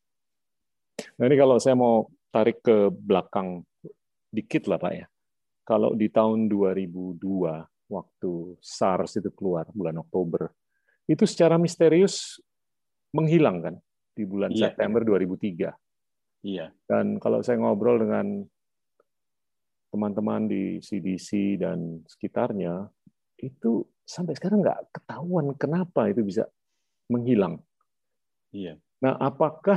Nah ini kalau saya mau tarik ke belakang dikit lah Pak ya. Kalau di tahun dua ribu dua waktu SARS itu keluar bulan Oktober, itu secara misterius menghilang kan di bulan iya, September dua ribu tiga. Iya. Dan kalau saya ngobrol dengan teman-teman di C D C dan sekitarnya, itu sampai sekarang nggak ketahuan kenapa itu bisa menghilang. Iya. Nah, apakah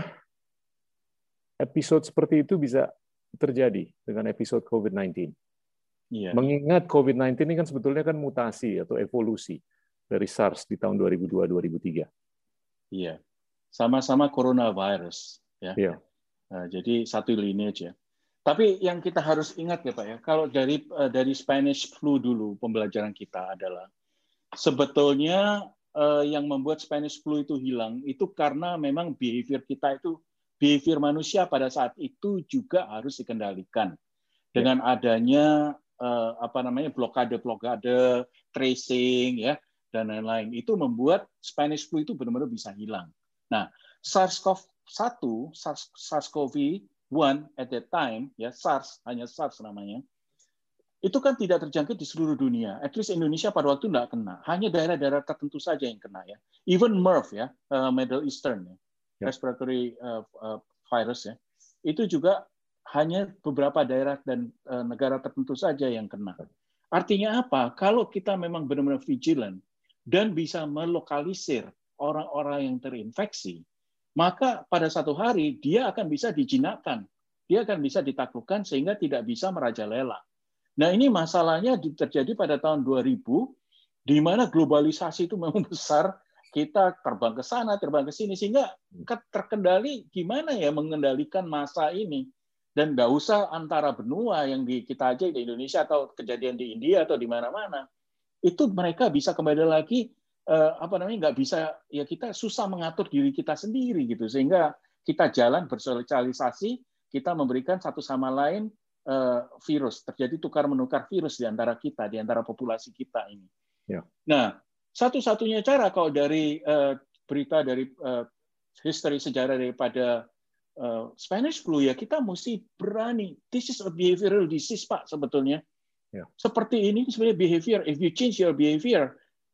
episode seperti itu bisa terjadi dengan episode COVID sembilan belas? Iya. Mengingat COVID sembilan belas ini kan sebetulnya kan mutasi atau evolusi dari SARS di tahun dua ribu dua dua ribu tiga. Iya. Sama-sama coronavirus ya. Iya. Nah, jadi satu lineage ya. Tapi yang kita harus ingat ya Pak ya, kalau dari dari Spanish flu dulu pembelajaran kita adalah sebetulnya eh, yang membuat Spanish flu itu hilang itu karena memang behavior kita itu behavior manusia pada saat itu juga harus dikendalikan dengan ya. adanya eh, apa namanya blokade-blokade, tracing ya dan lain-lain. Itu membuat Spanish flu itu benar-benar bisa hilang. Nah, SARS-CoV satu, SARS-CoV one at that time, ya SARS, hanya SARS namanya, itu kan tidak terjangkit di seluruh dunia. At least Indonesia pada waktu tidak kena. Hanya daerah-daerah tertentu saja yang kena ya. Even MERS ya, uh, Middle Eastern ya. ya. respiratory uh, uh, virus ya, itu juga hanya beberapa daerah dan uh, negara tertentu saja yang kena. Artinya apa? Kalau kita memang benar-benar vigilant dan bisa melokalisir orang-orang yang terinfeksi, maka pada satu hari dia akan bisa dijinakkan, dia akan bisa ditaklukkan sehingga tidak bisa merajalela. Nah, ini masalahnya terjadi pada tahun dua ribu, di mana globalisasi itu memang besar, kita terbang ke sana, terbang ke sini, sehingga terkendali gimana ya mengendalikan masa ini. Dan nggak usah antara benua yang di kita aja di Indonesia atau kejadian di India atau di mana-mana. Itu mereka bisa kembali lagi, eh, apa namanya, nggak bisa, ya kita susah mengatur diri kita sendiri gitu. Sehingga kita jalan bersosialisasi, kita memberikan satu sama lain virus, terjadi tukar-menukar virus di antara kita, di antara populasi kita ini. Ya. Nah, satu-satunya cara kalau dari uh, berita dari uh, history sejarah daripada uh, Spanish flu, ya kita mesti berani. This is a behavioral disease, Pak, sebetulnya. Ya. Seperti ini sebenarnya behavior. If you change your behavior,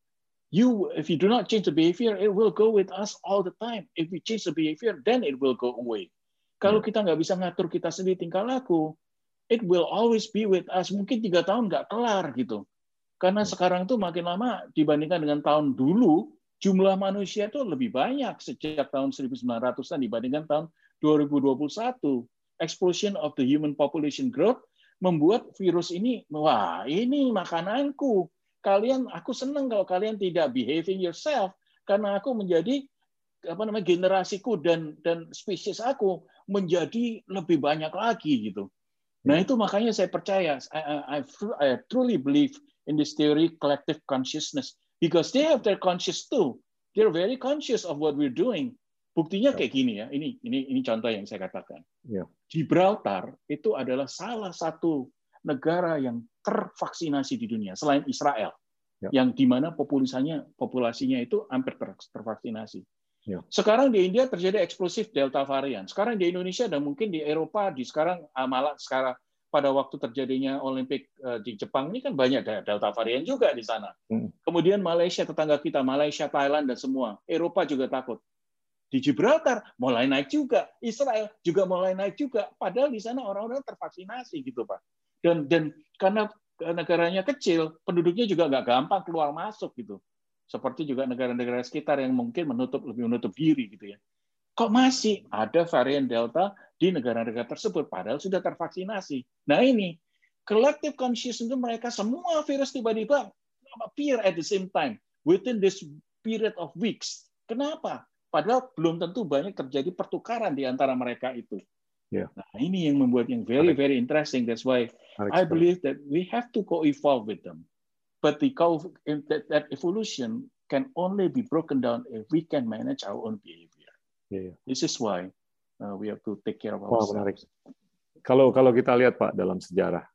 you if you do not change the behavior, it will go with us all the time. If you change the behavior, then it will go away. Kalau Ya. kita nggak bisa ngatur kita sendiri tingkah laku, it will always be with us. Mungkin tiga tahun nggak kelar gitu. Karena sekarang tuh makin lama dibandingkan dengan tahun dulu, jumlah manusia tuh lebih banyak sejak tahun seribu sembilan ratusan dibandingkan tahun dua ribu dua puluh satu. Explosion of the human population growth membuat virus ini, wah ini makananku. Kalian, aku senang kalau kalian tidak behaving yourself, karena aku menjadi apa namanya generasiku dan dan spesies aku menjadi lebih banyak lagi gitu. Nah, itu makanya saya percaya, I, I, I truly believe in this theory collective consciousness, because they have their conscious too. They're very conscious of what we're doing. Buktinya kayak gini ya, ini ini ini contoh yang saya katakan. Yeah. Gibraltar itu adalah salah satu negara yang tervaksinasi di dunia selain Israel, yeah. yang di mana populasinya populasinya itu hampir ter, tervaksinasi. Yeah. Sekarang di India terjadi eksplosif Delta varian. Sekarang di Indonesia dan mungkin di Eropa, di sekarang malah sekarang pada waktu terjadinya Olimpik di Jepang ini kan banyak Delta varian juga di sana. Hmm. Kemudian Malaysia, tetangga kita, Malaysia, Thailand dan semua. Eropa juga takut. Di Gibraltar mulai naik juga, Israel juga mulai naik juga. Padahal di sana orang-orang tervaksinasi gitu, Pak. Dan dan karena negaranya kecil, penduduknya juga nggak gampang keluar masuk gitu. Seperti juga negara-negara sekitar yang mungkin menutup lebih menutup diri gitu ya. Kok masih ada varian Delta di negara-negara tersebut padahal sudah tervaksinasi. Nah ini collective consciousness itu mereka semua virus tiba-tiba appear at the same time within this period of weeks. Kenapa? Padahal belum tentu banyak terjadi pertukaran di antara mereka itu. Yeah. Nah ini yang membuat yang very very interesting. That's why I believe that we have to co-evolve with them. But the that, that evolution can only be broken down if we can manage our own behavior. Yeah. This is why uh, we have to take care of Wah, ourselves. menarik. Kalau kalau kita lihat Pak dalam sejarah,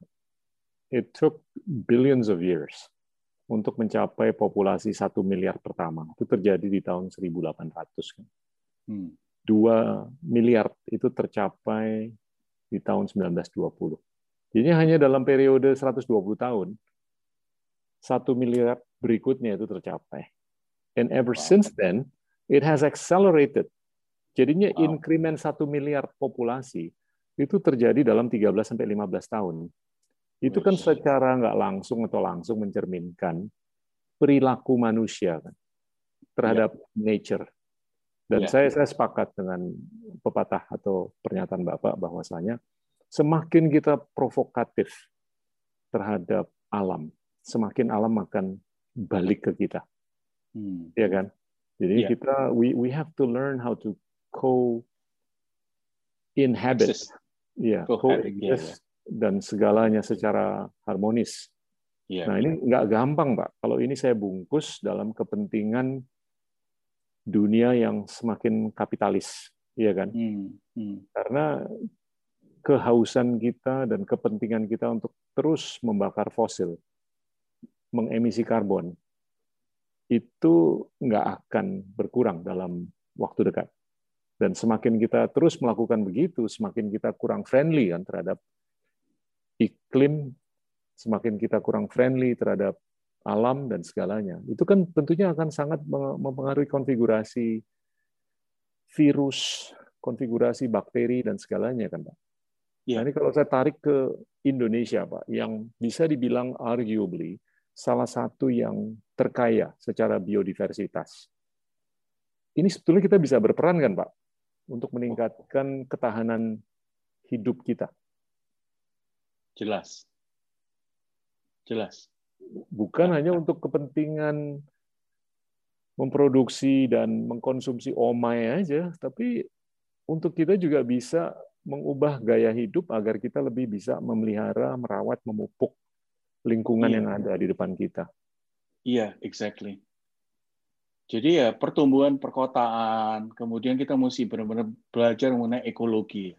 it took billions of years untuk mencapai populasi satu miliar pertama. Itu terjadi di tahun seribu delapan ratus. Hmm. Dua miliar itu tercapai di tahun sembilan belas dua puluh. Jadi hanya dalam periode seratus dua puluh tahun. Satu miliar berikutnya itu tercapai. And ever wow. since then, it has accelerated. Jadinya wow. increment satu miliar populasi itu terjadi dalam tiga belas sampai lima belas tahun. Itu kan secara nggak langsung atau langsung mencerminkan perilaku manusia kan, terhadap yeah. nature. Dan yeah. saya, saya sepakat dengan pepatah atau pernyataan Bapak bahwasanya semakin kita provokatif terhadap alam, semakin alam akan balik ke kita, hmm. ya kan? Jadi yeah. kita we we have to learn how to co inhabit, ya, yeah, coexist yeah. dan segalanya secara harmonis. Yeah. Nah ini nggak gampang, Pak. Kalau ini saya bungkus dalam kepentingan dunia yang semakin kapitalis, ya kan? Hmm. Hmm. Karena kehausan kita dan kepentingan kita untuk terus membakar fosil, mengemisi karbon, itu nggak akan berkurang dalam waktu dekat. Dan semakin kita terus melakukan begitu, semakin kita kurang friendly kan terhadap iklim, semakin kita kurang friendly terhadap alam dan segalanya. Itu kan tentunya akan sangat mempengaruhi konfigurasi virus, konfigurasi bakteri, dan segalanya kan Pak. Ya. Nah, ini kalau saya tarik ke Indonesia Pak, yang bisa dibilang arguably salah satu yang terkaya secara biodiversitas. Ini sebetulnya kita bisa berperan kan Pak, untuk meningkatkan ketahanan hidup kita. Jelas. Jelas. Bukan hanya untuk kepentingan memproduksi dan mengkonsumsi omai aja, tapi untuk kita juga bisa mengubah gaya hidup agar kita lebih bisa memelihara, merawat, memupuk lingkungan Iya. yang ada di depan kita. Iya, exactly. Jadi ya pertumbuhan perkotaan, kemudian kita mesti benar-benar belajar mengenai ekologi.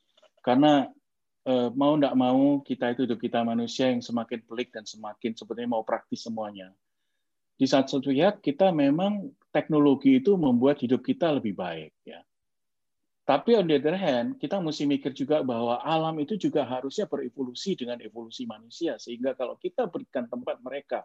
Karena eh, mau nggak mau kita itu hidup kita manusia yang semakin pelik dan semakin sebenarnya mau praktis semuanya. Di saat satu pihak kita memang teknologi itu membuat hidup kita lebih baik, ya. Tapi on the other hand, kita mesti mikir juga bahwa alam itu juga harusnya berevolusi dengan evolusi manusia, sehingga kalau kita berikan tempat mereka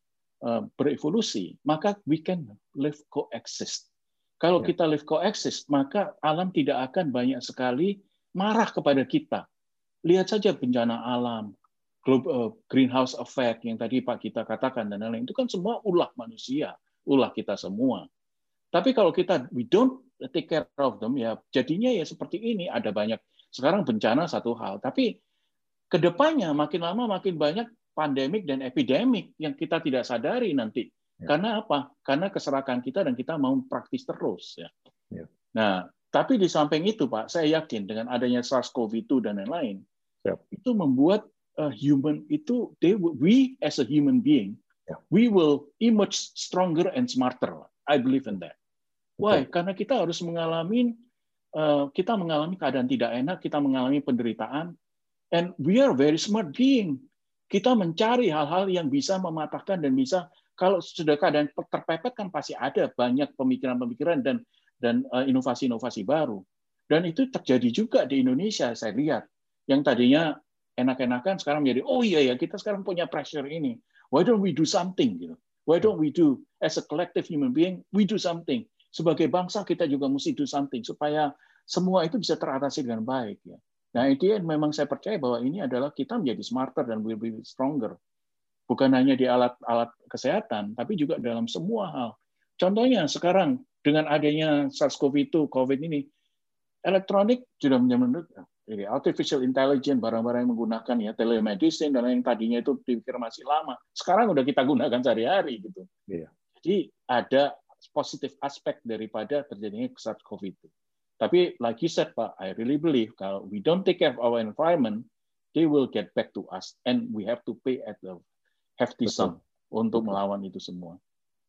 uh, berevolusi, maka we can live coexist. Kalau Ya. kita live coexist, maka alam tidak akan banyak sekali marah kepada kita. Lihat saja bencana alam, global greenhouse effect yang tadi Pak kita katakan dan lain-lain, itu kan semua ulah manusia, ulah kita semua. Tapi kalau kita we don't take care of them, ya jadinya ya seperti ini. Ada banyak sekarang bencana satu hal, tapi kedepannya makin lama makin banyak pandemik dan epidemik yang kita tidak sadari nanti. Ya. Karena apa? Karena keserakan kita dan kita mau praktis terus. Ya. Ya. Nah, tapi di samping itu Pak, saya yakin dengan adanya SARS-CoV dua dan lain-lain, ya. Itu membuat uh, human itu, they, we as a human being, ya. We will emerge stronger and smarter. I believe in that. Why? Okay. Karena kita harus mengalami uh, kita mengalami keadaan tidak enak, kita mengalami penderitaan, and we are very smart being. Kita mencari hal-hal yang bisa mematahkan dan bisa, kalau sudah keadaan terpepet kan pasti ada banyak pemikiran-pemikiran dan dan uh, inovasi-inovasi baru. Dan itu terjadi juga di Indonesia, saya lihat. Yang tadinya enak-enakan sekarang menjadi, oh iya ya, kita sekarang punya pressure ini. Why don't we do something? Gitu. Why don't we do, as a collective human being, we do something. Sebagai bangsa kita juga mesti do something supaya semua itu bisa teratasi dengan baik. Ya. Nah, itu memang saya percaya bahwa ini adalah kita menjadi smarter dan will be stronger. Bukan hanya di alat-alat kesehatan, tapi juga dalam semua hal. Contohnya sekarang dengan adanya SARS-CoV dua, COVID ini, elektronik sudah menjadi artificial intelligence, barang-barang yang menggunakan ya telemedicine dan yang tadinya itu dipikir masih lama, sekarang udah kita gunakan sehari-hari gitu. Yeah. Jadi ada positif aspek daripada terjadinya SARS-CoV dua. Tapi like you said Pak, I really believe kalau we don't take care of our environment, they will get back to us and we have to pay at the hefty sum untuk Betul. Melawan itu semua.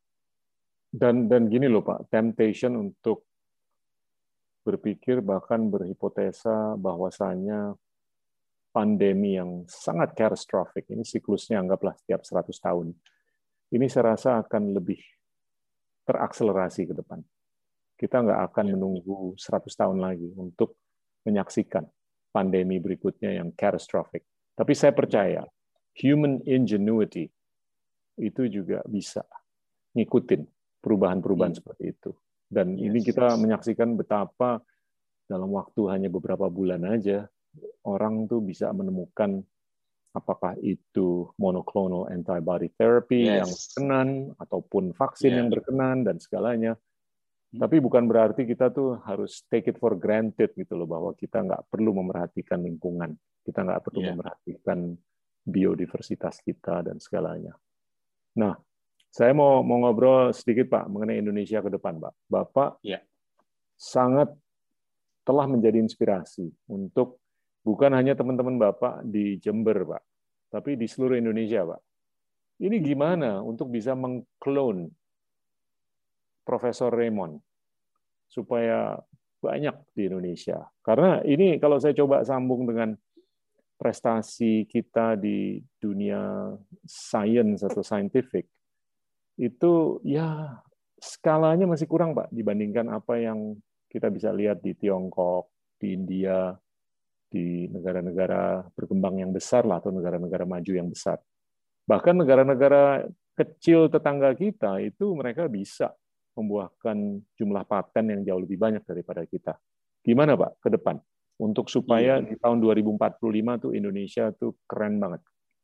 Dan dan gini loh Pak, temptation untuk berpikir bahkan berhipotesa bahwasanya pandemi yang sangat catastrophic, ini siklusnya anggaplah setiap seratus tahun, ini saya rasa akan lebih terakselerasi ke depan. Kita nggak akan menunggu seratus tahun lagi untuk menyaksikan pandemi berikutnya yang catastrophic. Tapi saya percaya human ingenuity itu juga bisa ngikutin perubahan-perubahan hmm. seperti itu. Dan yes, ini kita yes. menyaksikan betapa dalam waktu hanya beberapa bulan aja orang tuh bisa menemukan apakah itu monoclonal antibody therapy yes. yang berkenan ataupun vaksin yeah. yang berkenan dan segalanya. Hmm. Tapi bukan berarti kita tuh harus take it for granted gitu loh, bahwa kita nggak perlu memerhatikan lingkungan, kita nggak perlu yeah. memerhatikan biodiversitas kita dan segalanya. Nah, saya mau mau ngobrol sedikit Pak mengenai Indonesia ke depan, Pak. Bapak yeah. sangat telah menjadi inspirasi untuk bukan hanya teman-teman Bapak di Jember, Pak, tapi di seluruh Indonesia, Pak. Ini gimana untuk bisa mengklon Profesor Raymond supaya banyak di Indonesia? Karena ini kalau saya coba sambung dengan prestasi kita di dunia science atau scientific, itu ya skalanya masih kurang, Pak, dibandingkan apa yang kita bisa lihat di Tiongkok, di India, di negara-negara berkembang yang besar lah, atau negara-negara maju yang besar. Bahkan negara-negara kecil tetangga kita itu mereka bisa membuahkan jumlah paten yang jauh lebih banyak daripada kita. Gimana Pak ke depan? Untuk supaya di tahun dua ribu empat puluh lima tuh Indonesia tuh keren banget.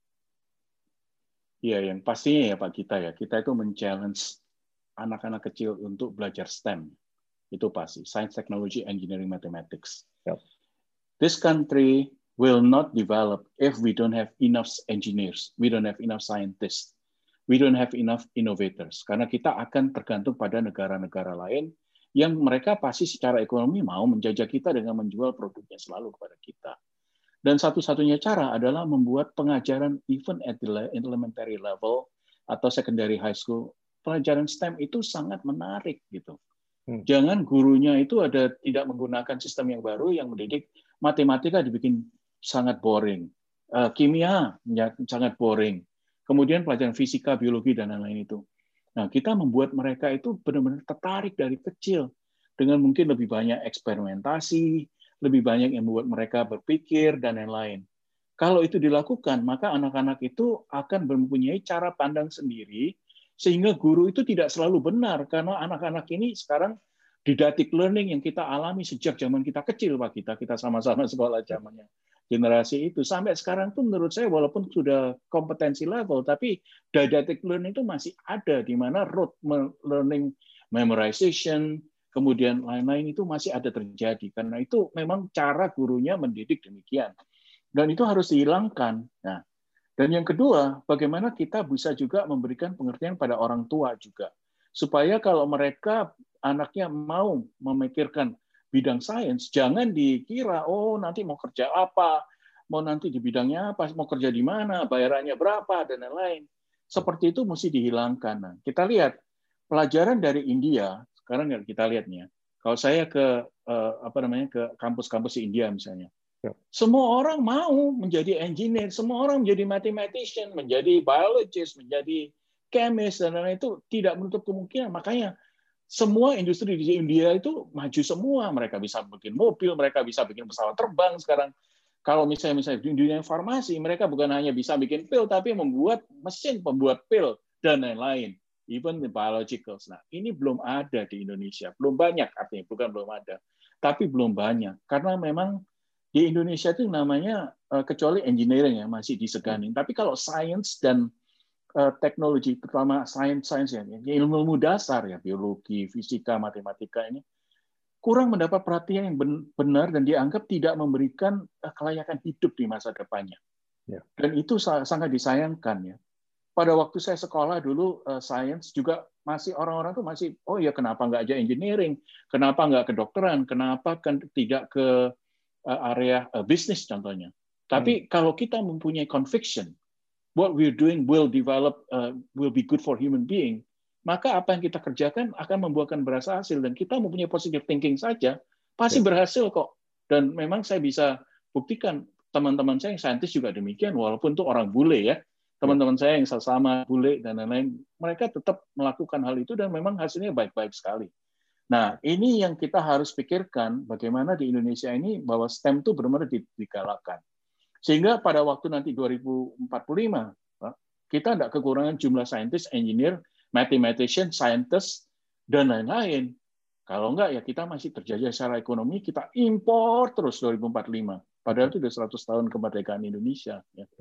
Iya, yang pastinya ya Pak kita ya, kita itu men-challenge anak-anak kecil untuk belajar STEM. Itu pasti, Science, Technology, Engineering, Mathematics. Yep. This country will not develop if we don't have enough engineers, we don't have enough scientists, we don't have enough innovators. Karena kita akan tergantung pada negara-negara lain yang mereka pasti secara ekonomi mau menjajah kita dengan menjual produknya selalu kepada kita. Dan satu-satunya cara adalah membuat pengajaran even at the elementary level atau secondary high school, pelajaran STEM itu sangat menarik gitu. Hmm. Jangan gurunya itu ada tidak menggunakan sistem yang baru yang mendidik matematika dibikin sangat boring, uh, kimia sangat boring, kemudian pelajaran fisika, biologi dan lain-lain itu. Nah, kita membuat mereka itu benar-benar tertarik dari kecil dengan mungkin lebih banyak eksperimentasi, lebih banyak yang membuat mereka berpikir dan lain-lain. Kalau itu dilakukan, maka anak-anak itu akan mempunyai cara pandang sendiri, sehingga guru itu tidak selalu benar, karena anak-anak ini sekarang didactic learning yang kita alami sejak zaman kita kecil, Pak, kita kita sama-sama sekolah zamannya generasi itu. Sampai sekarang tuh menurut saya walaupun sudah kompetensi level, tapi didactic learning itu masih ada, di mana rote learning, memorization, kemudian lain-lain itu masih ada terjadi. Karena itu memang cara gurunya mendidik demikian. Dan itu harus dihilangkan. Nah, dan yang kedua, bagaimana kita bisa juga memberikan pengertian pada orang tua juga. Supaya kalau mereka, anaknya mau memikirkan bidang sains, jangan dikira, oh nanti mau kerja apa, mau nanti di bidangnya apa, mau kerja di mana, bayarannya berapa, dan lain-lain. Seperti itu mesti dihilangkan. Nah, kita lihat, pelajaran dari India, sekarang kita lihat nih ya, kalau saya ke apa namanya ke kampus-kampus di India misalnya, semua orang mau menjadi engineer, semua orang menjadi mathematician, menjadi biologist, menjadi chemist, dan lain-lain itu tidak menutup kemungkinan. Makanya semua industri di India itu maju semua. Mereka bisa bikin mobil, mereka bisa bikin pesawat terbang sekarang. Kalau misalnya, misalnya di dunia farmasi, mereka bukan hanya bisa bikin pil, tapi membuat mesin pembuat pil, dan lain-lain. Even the biologicals. Nah, ini belum ada di Indonesia. Belum banyak artinya, bukan belum ada. Tapi belum banyak. Karena memang di Indonesia itu namanya, kecuali engineering ya, masih disegani. Tapi kalau science dan teknologi, terutama sains-sains ya, ilmu-ilmu dasar ya, biologi, fisika, matematika ini, kurang mendapat perhatian yang benar dan dianggap tidak memberikan kelayakan hidup di masa depannya. Dan itu sangat disayangkan ya. Pada waktu saya sekolah dulu, sains juga masih orang-orang tuh masih, oh ya kenapa nggak aja engineering, kenapa nggak kedokteran, kenapa kan tidak ke area bisnis contohnya. Tapi hmm. kalau kita mempunyai conviction, what we're doing will develop, uh, will be good for human being, maka apa yang kita kerjakan akan membuahkan berasa hasil, dan kita mempunyai positive thinking saja, pasti yeah. berhasil kok. Dan memang saya bisa buktikan, teman-teman saya yang saintis juga demikian, walaupun itu orang bule ya, teman-teman yeah. saya yang sama bule dan lain-lain, mereka tetap melakukan hal itu dan memang hasilnya baik-baik sekali. Nah, ini yang kita harus pikirkan, bagaimana di Indonesia ini bahwa STEM itu benar-benar digalakkan. Sehingga pada waktu nanti dua ribu empat puluh lima, kita tidak kekurangan jumlah saintis, engineer, mathematician, scientist, dan lain-lain. Kalau enggak, ya kita masih terjajah secara ekonomi, kita impor terus dua ribu empat puluh lima. Padahal itu sudah seratus tahun kemerdekaan Indonesia.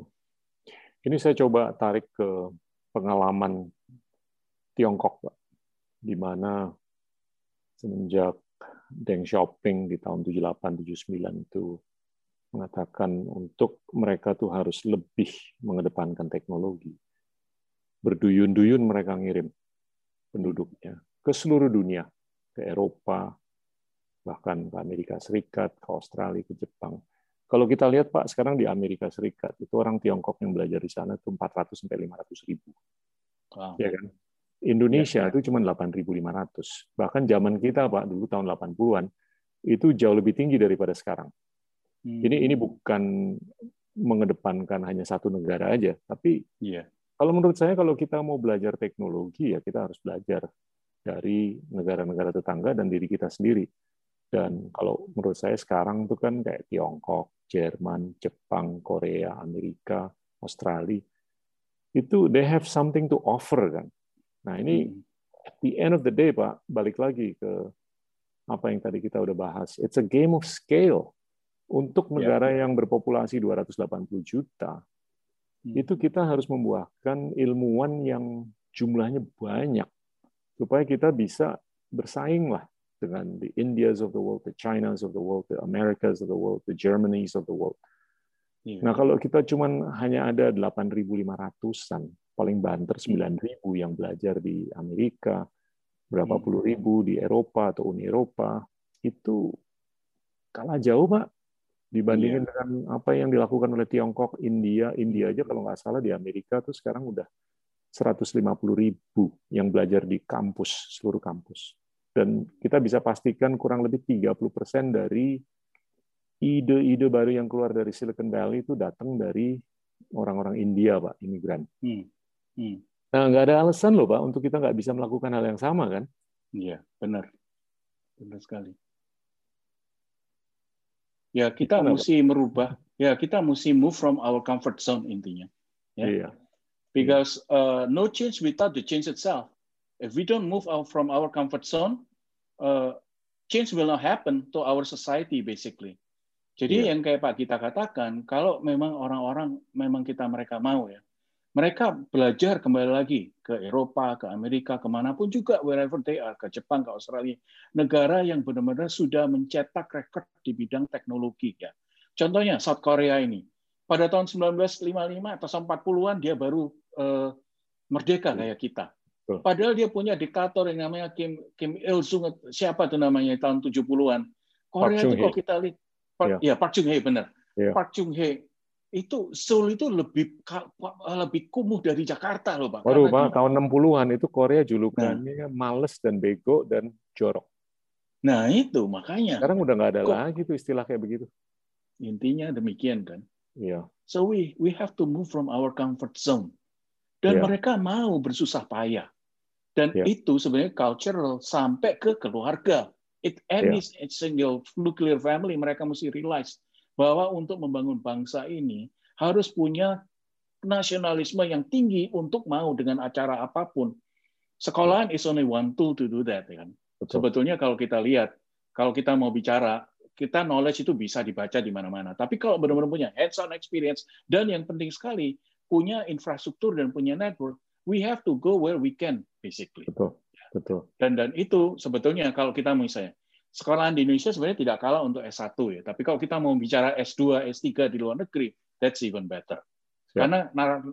Ini saya coba tarik ke pengalaman Tiongkok, Pak, di mana semenjak Deng Xiaoping di tahun tujuh puluh delapan tujuh puluh sembilan itu mengatakan untuk mereka tuh harus lebih mengedepankan teknologi. Berduyun-duyun mereka ngirim penduduknya ke seluruh dunia, ke Eropa, bahkan ke Amerika Serikat, ke Australia, ke Jepang. Kalau kita lihat, Pak, sekarang di Amerika Serikat, itu orang Tiongkok yang belajar di sana itu empat ratus sampai lima ratus ribu. Wow. Ya kan? Indonesia ya, ya. Itu cuma delapan ribu lima ratus. Bahkan zaman kita, Pak, dulu tahun delapan puluhan, itu jauh lebih tinggi daripada sekarang. Hmm. Ini ini bukan mengedepankan hanya satu negara aja, tapi yeah. kalau menurut saya kalau kita mau belajar teknologi ya kita harus belajar dari negara-negara tetangga dan diri kita sendiri. Dan kalau menurut saya sekarang tuh kan kayak Tiongkok, Jerman, Jepang, Korea, Amerika, Australia, itu they have something to offer kan. Nah ini hmm. at the end of the day, Pak, balik lagi ke apa yang tadi kita udah bahas. It's a game of scale. Untuk negara yeah. yang berpopulasi dua ratus delapan puluh juta, hmm. itu kita harus membuahkan ilmuwan yang jumlahnya banyak, supaya kita bisa bersaing lah dengan the Indias of the world, the Chinas of the world, the Americas of the world, the Germanys of the world. Yeah. Nah, kalau kita cuman hanya ada delapan ribu lima ratusan, paling banter sembilan ribu yang belajar di Amerika, berapa puluh ribu di Eropa atau Uni Eropa, itu kalah jauh, Pak, dibandingin yeah. dengan apa yang dilakukan oleh Tiongkok, India. India aja kalau nggak salah di Amerika tuh sekarang udah seratus lima puluh ribu yang belajar di kampus, seluruh kampus. Dan kita bisa pastikan kurang lebih tiga puluh persen dari ide-ide baru yang keluar dari Silicon Valley itu datang dari orang-orang India, Pak, imigran. Hmm. Hmm. Nah, nggak ada alasan loh, Pak, untuk kita nggak bisa melakukan hal yang sama, kan? Iya, benar. Benar sekali. Ya, kita Gimana, mesti Pak? merubah. Ya, kita mesti move from our comfort zone intinya. Ya. Iya. Because uh, no change without the change itself. If we don't move out from our comfort zone, uh, change will not happen to our society, basically. Jadi yeah. yang kayak Pak kita katakan, kalau memang orang-orang memang kita mereka mau ya, mereka belajar kembali lagi ke Eropa, ke Amerika, kemanapun juga, wherever they are, ke Jepang, ke Australia, negara yang benar-benar sudah mencetak rekor di bidang teknologi. Ya. Contohnya South Korea ini, pada tahun sembilan belas lima puluh lima atau empat puluhan dia baru uh, merdeka kayak kita. Padahal dia punya diktator yang namanya Kim Kim Il Sung, siapa tuh namanya tahun tujuh puluhan. Korea itu kok kita lihat, Park, yeah. ya Park Chung Hee benar. Yeah. Park Chung Hee itu Seoul itu lebih lebih kumuh dari Jakarta loh, Pak. Waduh, Pak, di, tahun enam puluhan itu Korea julukannya nah, males dan bego dan jorok. Nah, itu makanya. Sekarang udah nggak ada kok, lagi tuh istilah kayak begitu. Intinya demikian kan. Iya. Yeah. So we we have to move from our comfort zone. Dan yeah. mereka mau bersusah payah. Dan yeah. itu sebenarnya cultural sampai ke keluarga. It any yeah. single nuclear family mereka mesti realize bahwa untuk membangun bangsa ini harus punya nasionalisme yang tinggi untuk mau dengan acara apapun. Sekolahan is only one tool to do that, kan. Betul. Sebetulnya kalau kita lihat, kalau kita mau bicara, kita knowledge itu bisa dibaca di mana-mana. Tapi kalau benar-benar punya hands-on experience dan yang penting sekali punya infrastruktur dan punya network, we have to go where we can, basically. Betul, betul. Dan dan itu sebetulnya kalau kita misalnya sekolahan di Indonesia sebenarnya tidak kalah untuk S satu ya. Tapi kalau kita mau bicara S dua, S tiga di luar negeri, that's even better. Ya. Karena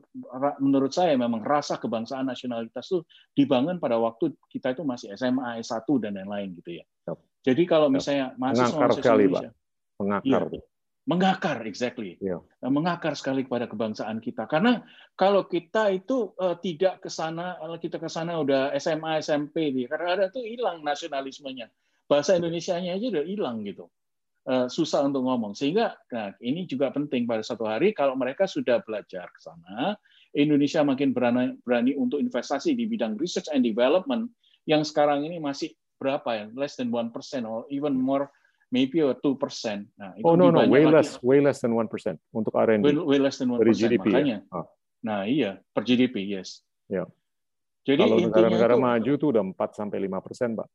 menurut saya memang rasa kebangsaan nasionalitas itu dibangun pada waktu kita itu masih S M A, S satu dan lain-lain gitu ya. Ya. Jadi kalau misalnya mahasiswa mengakar sekali, Pak. Mengakar. Ya, mengakar, exactly. Ya. Mengakar sekali kepada kebangsaan kita. Karena kalau kita itu uh, tidak ke sana, kita ke sana udah S M A, S M P, karena ada tuh hilang nasionalismenya. Bahasa Indonesianya aja udah hilang gitu, uh, susah untuk ngomong. Sehingga nah, ini juga penting pada satu hari kalau mereka sudah belajar ke sana, Indonesia makin berani, berani untuk investasi di bidang research and development yang sekarang ini masih berapa ya, less than one percent or even more, maybe two percent. Nah, itu oh no no, way less, way less than one percent untuk R and D. Way, way less than one percent makanya. Ya? Oh. Nah iya, per G D P, yes. Ya. Jadi kalau negara-negara maju tuh udah empat sampai lima persen, Pak.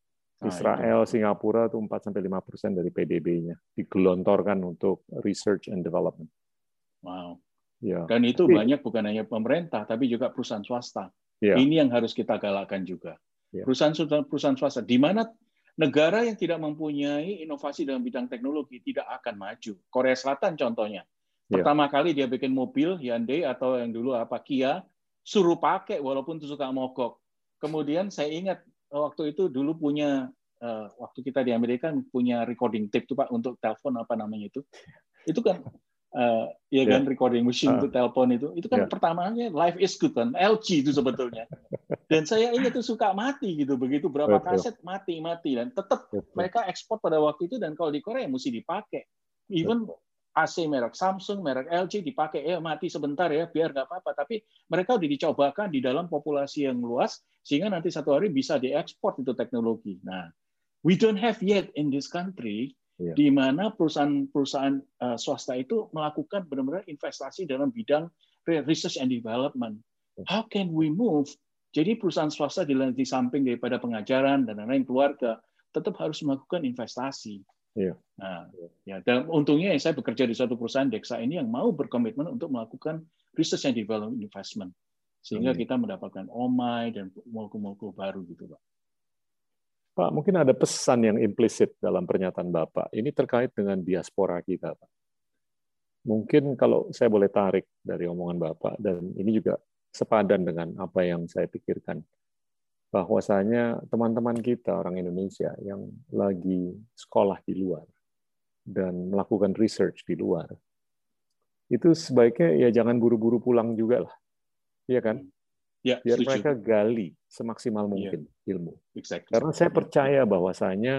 Israel, nah, Singapura tuh empat sampai lima persen dari P D B-nya digelontorkan untuk research and development. Wow. Ya. Dan itu tapi, banyak bukan hanya pemerintah, tapi juga perusahaan swasta. Ya. Ini yang harus kita galakkan juga. Ya. Perusahaan perusahaan swasta, di mana negara yang tidak mempunyai inovasi dalam bidang teknologi tidak akan maju. Korea Selatan contohnya. Pertama ya. kali dia bikin mobil Hyundai atau yang dulu apa Kia, suruh pakai walaupun itu suka mogok. Kemudian saya ingat waktu itu dulu punya uh, waktu kita di Amerika punya recording tape tuh Pak untuk telepon apa namanya itu. Itu kan uh, ya kan yeah. recording machine uh. untuk telepon itu. Itu kan yeah. pertamanya Life is Good kan, L G itu sebetulnya. Dan saya ingat tuh suka mati gitu, begitu berapa kaset mati-mati dan tetap mereka ekspor pada waktu itu dan kalau di Korea mesti dipakai. Even A C merek Samsung, merek L G dipakai, ya mati sebentar ya, biar nggak apa-apa. Tapi mereka udah dicobakan di dalam populasi yang luas, sehingga nanti satu hari bisa diekspor itu teknologi. Nah, we don't have yet in this country, yeah. di mana perusahaan-perusahaan uh, swasta itu melakukan benar-benar investasi dalam bidang research and development. How can we move Jadi perusahaan swasta di, di samping daripada pengajaran dan lain-lain keluarga, tetap harus melakukan investasi. Iya. Nah, ya, dan untungnya saya bekerja di suatu perusahaan Dexa ini yang mau berkomitmen untuk melakukan research and development investment, sehingga Amin. kita mendapatkan omai dan molekul-molekul baru gitu, Pak. Pak, mungkin ada pesan yang implisit dalam pernyataan Bapak. Ini terkait dengan diaspora kita, Pak. Mungkin kalau saya boleh tarik dari omongan Bapak, dan ini juga sepadan dengan apa yang saya pikirkan, bahwasanya teman-teman kita orang Indonesia yang lagi sekolah di luar dan melakukan research di luar, itu sebaiknya ya jangan buru-buru pulang juga lah, iya kan? Ya, Biar setuju. mereka gali semaksimal mungkin Ya, ilmu. exactly. Karena saya percaya bahwasanya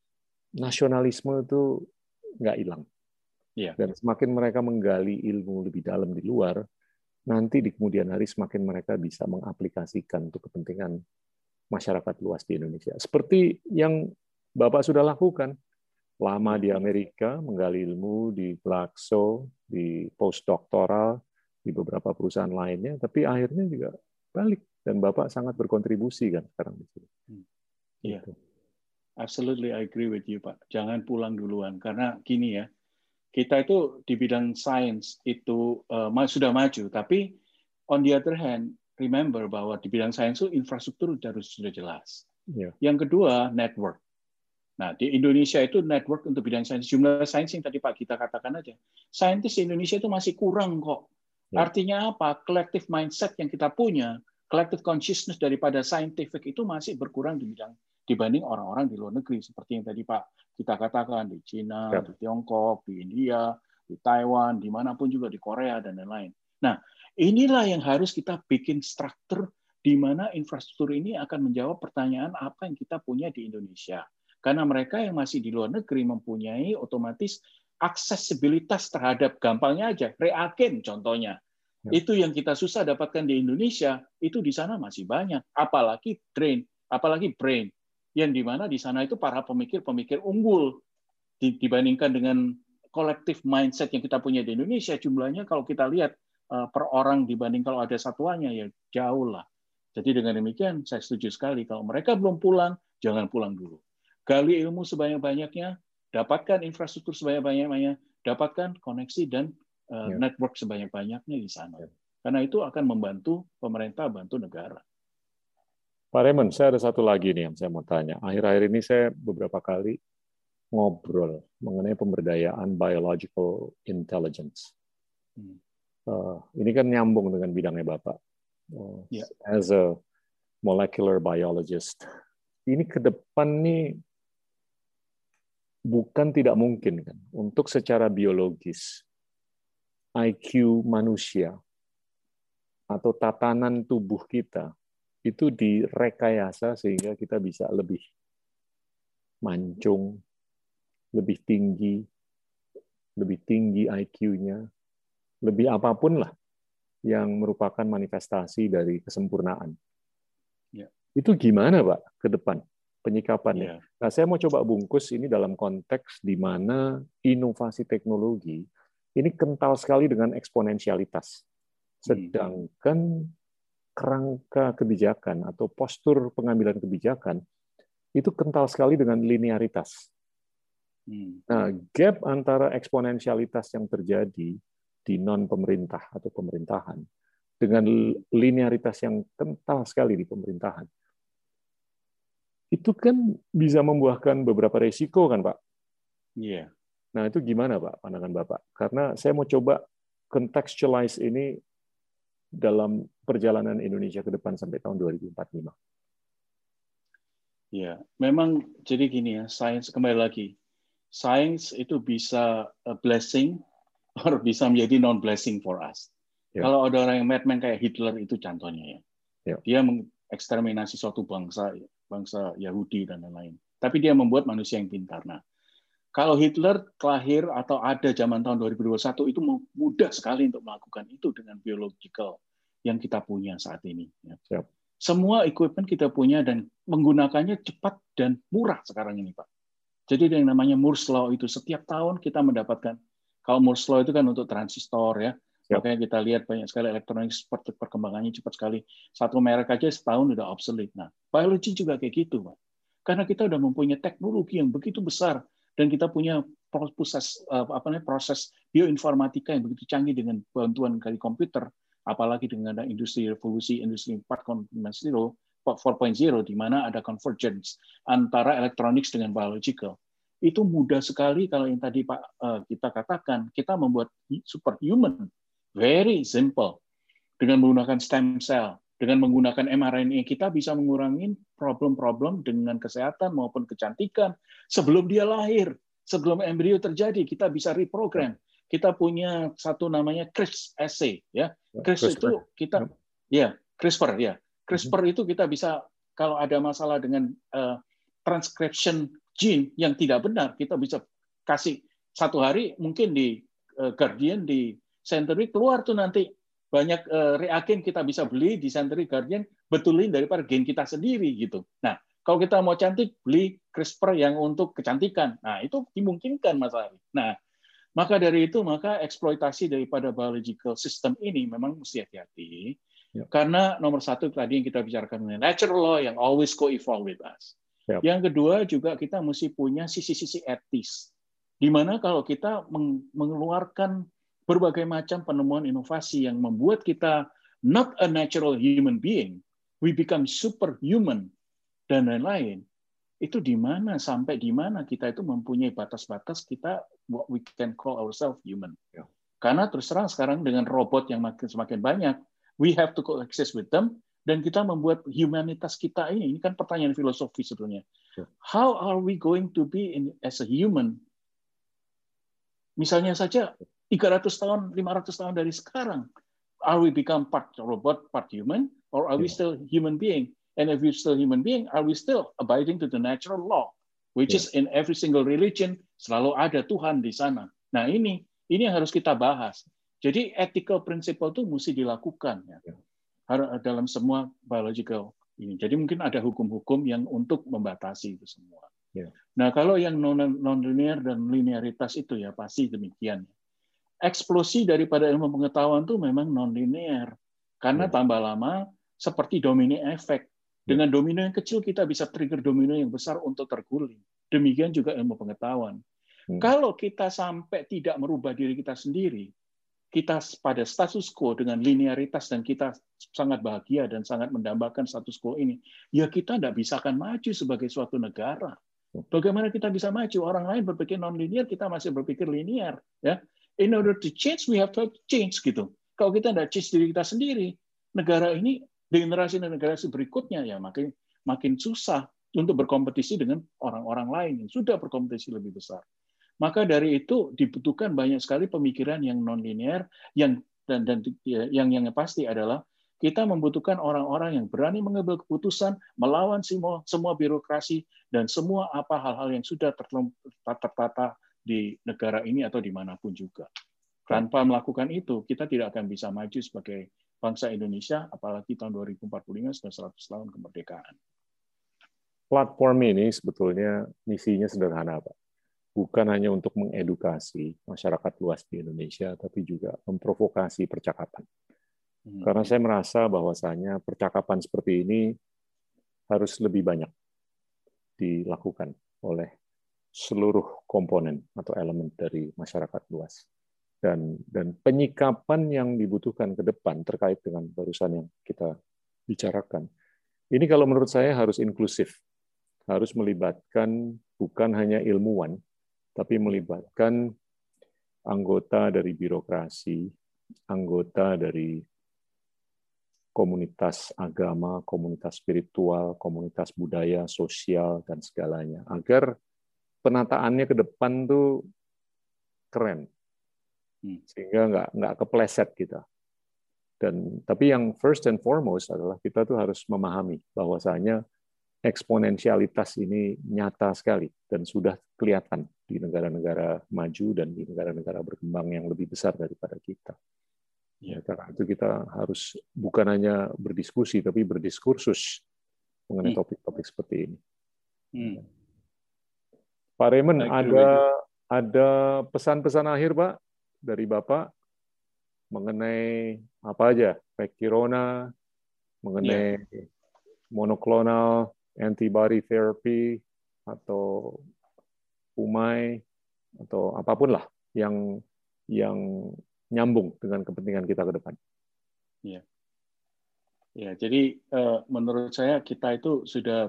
nasionalisme itu nggak hilang. Ya. Dan semakin mereka menggali ilmu lebih dalam di luar, nanti di kemudian hari semakin mereka bisa mengaplikasikan untuk kepentingan masyarakat luas di Indonesia. Seperti yang Bapak sudah lakukan. Lama di Amerika, menggali ilmu di Glaxo, di postdoktoral, di beberapa perusahaan lainnya, tapi akhirnya juga balik. Dan Bapak sangat berkontribusi kan sekarang di sini. Iya, gitu. Absolutely I agree with you, Pak. Jangan pulang duluan. Karena gini ya, kita itu di bidang sains itu uh, sudah maju, tapi on the other hand, remember bahwa di bidang sains itu infrastruktur harus sudah jelas. Yeah. Yang kedua, network. Nah, di Indonesia itu network untuk bidang sains, jumlah sains yang tadi Pak kita katakan aja, saintis di Indonesia itu masih kurang kok. Yeah. Artinya apa? Collective mindset yang kita punya, collective consciousness daripada scientific itu masih berkurang di bidang dibanding orang-orang di luar negeri, seperti yang tadi Pak kita katakan di Cina, yeah. di Tiongkok, di India, di Taiwan, dimanapun juga di Korea dan lain-lain. Nah, inilah yang harus kita bikin struktur di mana infrastruktur ini akan menjawab pertanyaan apa yang kita punya di Indonesia. Karena mereka yang masih di luar negeri mempunyai otomatis aksesibilitas terhadap, gampangnya aja, reagen contohnya. Ya. Itu yang kita susah dapatkan di Indonesia, itu di sana masih banyak. Apalagi brain, apalagi brain. Yang di mana di sana itu para pemikir-pemikir unggul dibandingkan dengan collective mindset yang kita punya di Indonesia. Jumlahnya kalau kita lihat per orang dibanding kalau ada satuannya, ya jauh lah. Jadi dengan demikian, saya setuju sekali. Kalau mereka belum pulang, jangan pulang dulu. Gali ilmu sebanyak-banyaknya, dapatkan infrastruktur sebanyak-banyaknya, dapatkan koneksi dan uh, ya. network sebanyak-banyaknya di sana. Ya. Karena itu akan membantu pemerintah, bantu negara. Pak Raymond, saya ada satu lagi nih yang saya mau tanya. Akhir-akhir ini saya beberapa kali ngobrol mengenai pemberdayaan biological intelligence. Hmm. Uh, ini kan nyambung dengan bidangnya Bapak. Uh, ya. As a molecular biologist, ini ke depan nih bukan tidak mungkin kan untuk secara biologis I Q manusia atau tatanan tubuh kita itu direkayasa sehingga kita bisa lebih mancung, lebih tinggi, lebih tinggi I Q-nya, lebih apapun lah yang merupakan manifestasi dari kesempurnaan. Ya. Itu gimana Pak ke depan? Penyikapannya. Yeah. Nah, saya mau coba bungkus ini dalam konteks di mana inovasi teknologi ini kental sekali dengan eksponensialitas. Sedangkan kerangka kebijakan atau postur pengambilan kebijakan itu kental sekali dengan linearitas. Nah, gap antara eksponensialitas yang terjadi di non-pemerintah atau pemerintahan dengan linearitas yang kental sekali di pemerintahan, itu kan bisa membuahkan beberapa resiko kan, Pak? Iya. Yeah. Nah, itu gimana, Pak, pandangan Bapak? Karena saya mau coba contextualize ini dalam perjalanan Indonesia ke depan sampai tahun dua ribu empat puluh lima. Iya, memang jadi gini ya, sains kembali lagi. Sains itu bisa a blessing or bisa menjadi non-blessing for us. Yeah. Kalau ada orang yang madman kayak Hitler itu contohnya ya. Yeah. Dia mengeksterminasi suatu bangsa ya. bangsa Yahudi dan lain-lain. Tapi dia membuat manusia yang pintar. Nah, kalau Hitler lahir atau ada zaman tahun dua ribu dua puluh satu itu mudah sekali untuk melakukan itu dengan biological yang kita punya saat ini. Ya. Semua equipment kita punya dan menggunakannya cepat dan murah sekarang ini, Pak. Jadi yang namanya Moore's Law itu setiap tahun kita mendapatkan, kalau Moore's Law itu kan untuk transistor ya, Yep. Makanya kita lihat banyak sekali elektronik seperti perkembangannya cepat sekali. Satu merek aja setahun udah obsolete. Nah, biologi juga kayak gitu, Pak. Karena kita udah mempunyai teknologi yang begitu besar dan kita punya proses apa namanya proses bioinformatika yang begitu canggih dengan bantuan dari komputer, apalagi dengan industri revolusi industri empat titik nol, empat titik nol di mana ada convergence antara electronics dengan biological. Itu mudah sekali kalau yang tadi Pak kita katakan, kita membuat superhuman, very simple. Dengan menggunakan stem cell, dengan menggunakan M R N A, kita bisa mengurangi problem-problem dengan kesehatan maupun kecantikan sebelum dia lahir, sebelum embrio terjadi, kita bisa reprogram. Kita punya satu namanya CRISPR-assay, ya. CRISPR itu kita, ya CRISPR, ya. CRISPR itu kita bisa kalau ada masalah dengan uh, transcription gene yang tidak benar, kita bisa kasih satu hari mungkin di uh, Guardian, di Scientific keluar tuh nanti banyak uh, reagen kita bisa beli di Scientific Guardian betulin daripada gen kita sendiri gitu. Nah, kalau kita mau cantik beli CRISPR yang untuk kecantikan. Nah, itu dimungkinkan Mas Ari. Nah, maka dari itu maka eksploitasi daripada biological system ini memang mesti hati-hati. Ya. Karena nomor satu tadi yang kita bicarakan mengenai natural law yang always co-evolve with us. Yep. Yang kedua juga kita mesti punya sisi-sisi etis. Di mana kalau kita mengeluarkan berbagai macam penemuan inovasi yang membuat kita not a natural human being, we become superhuman dan lain-lain. Itu di mana sampai di mana kita itu mempunyai batas-batas kita what we can call ourselves human. Yep. Karena terus terang sekarang dengan robot yang makin semakin banyak, we have to coexist with them. Dan kita membuat humanitas kita ini, ini kan pertanyaan filosofi sebetulnya. How are we going to be in, as a human? Misalnya saja tiga ratus tahun, lima ratus tahun dari sekarang, are we become part robot, part human, or are we still human being? And if we're still human being, are we still abiding to the natural law, which yeah. is in every single religion selalu ada Tuhan di sana. Nah ini, ini yang harus kita bahas. Jadi ethical principle itu mesti dilakukan ya. Yeah. Dalam semua biological ini. Jadi mungkin ada hukum-hukum yang untuk membatasi itu semua. Yeah. Nah, kalau yang non-linear dan linearitas itu ya pasti demikian. Eksplosi daripada ilmu pengetahuan itu memang non-linear. Karena yeah. tambah lama seperti domino effect. Dengan yeah. domino yang kecil kita bisa trigger domino yang besar untuk terguling. Demikian juga ilmu pengetahuan. Hmm. Kalau kita sampai tidak merubah diri kita sendiri, kita pada status quo dengan linearitas dan kita sangat bahagia dan sangat mendambakan status quo ini, ya kita tidak bisa akan maju sebagai suatu negara. Bagaimana kita bisa maju? Orang lain berpikir non-linear, kita masih berpikir linear. Ya, in order to change, we have to change gitu. Kalau kita tidak change diri kita sendiri, negara ini generasi dan generasi berikutnya ya makin makin susah untuk berkompetisi dengan orang-orang lain yang sudah berkompetisi lebih besar. Maka dari itu dibutuhkan banyak sekali pemikiran yang non-linear yang dan dan yang yang pasti adalah kita membutuhkan orang-orang yang berani mengambil keputusan melawan semua semua birokrasi dan semua apa hal-hal yang sudah tertata di negara ini atau dimanapun juga. Tanpa melakukan itu kita tidak akan bisa maju sebagai bangsa Indonesia, apalagi tahun dua ribu empat puluh lima sudah seratus tahun kemerdekaan. Platform ini sebetulnya misinya sederhana, Pak. Bukan hanya untuk mengedukasi masyarakat luas di Indonesia, tapi juga memprovokasi percakapan. Karena saya merasa bahwasanya percakapan seperti ini harus lebih banyak dilakukan oleh seluruh komponen atau elemen dari masyarakat luas. Dan, dan penyikapan yang dibutuhkan ke depan terkait dengan barusan yang kita bicarakan. Ini kalau menurut saya harus inklusif, harus melibatkan bukan hanya ilmuwan, tapi melibatkan anggota dari birokrasi, anggota dari komunitas agama, komunitas spiritual, komunitas budaya, sosial, dan segalanya. Agar penataannya ke depan tuh keren, sehingga nggak nggak kepleset kita. Dan tapi yang first and foremost adalah kita tuh harus memahami bahwasanya eksponensialitas ini nyata sekali dan sudah kelihatan di negara-negara maju dan di negara-negara berkembang yang lebih besar daripada kita. Ya, karena itu kita harus bukan hanya berdiskusi, tapi berdiskursus mengenai topik-topik seperti ini. Hmm. Pak Raymond, ada ada pesan-pesan akhir, Pak, dari Bapak mengenai apa aja, Vectirona, mengenai yeah. monoclonal antibody therapy, atau umai, atau apapun lah yang yang nyambung dengan kepentingan kita ke depan. Ya, ya. Jadi uh, menurut saya kita itu sudah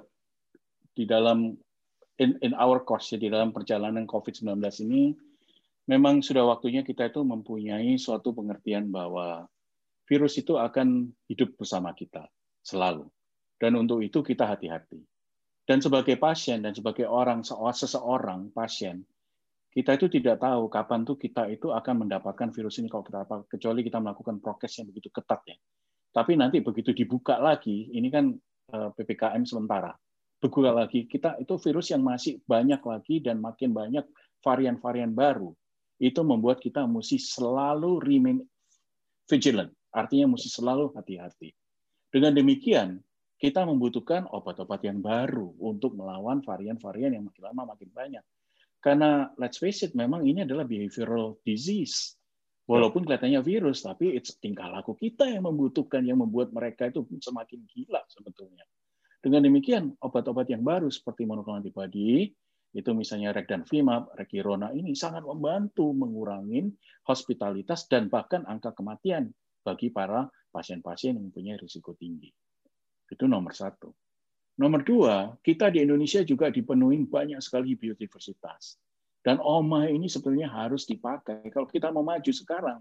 di dalam in, in our course, ya, di dalam perjalanan COVID sembilan belas ini, memang sudah waktunya kita itu mempunyai suatu pengertian bahwa virus itu akan hidup bersama kita selalu. Dan untuk itu kita hati-hati. Dan sebagai pasien dan sebagai orang seseorang pasien, kita itu tidak tahu kapan tuh kita itu akan mendapatkan virus ini kalau kita apa, kecuali kita melakukan prokes yang begitu ketat ya. Tapi nanti begitu dibuka lagi, ini kan P P K M sementara. Buka lagi, kita itu virus yang masih banyak lagi dan makin banyak varian-varian baru. Itu membuat kita mesti selalu remain vigilant, artinya mesti selalu hati-hati. Dengan demikian, kita membutuhkan obat-obat yang baru untuk melawan varian-varian yang makin lama makin banyak. Karena let's face it, memang ini adalah behavioral disease. Walaupun kelihatannya virus, tapi it's tingkah laku kita yang membutuhkan, yang membuat mereka itu semakin gila sebetulnya. Dengan demikian, obat-obat yang baru seperti monoclonal antibody, itu misalnya Regdanvimab, Regirona ini sangat membantu mengurangi hospitalitas dan bahkan angka kematian bagi para pasien-pasien yang mempunyai risiko tinggi. Itu nomor satu. Nomor dua, kita di Indonesia juga dipenuhi banyak sekali biodiversitas. Dan O M A ini sebenarnya harus dipakai. Kalau kita mau maju sekarang,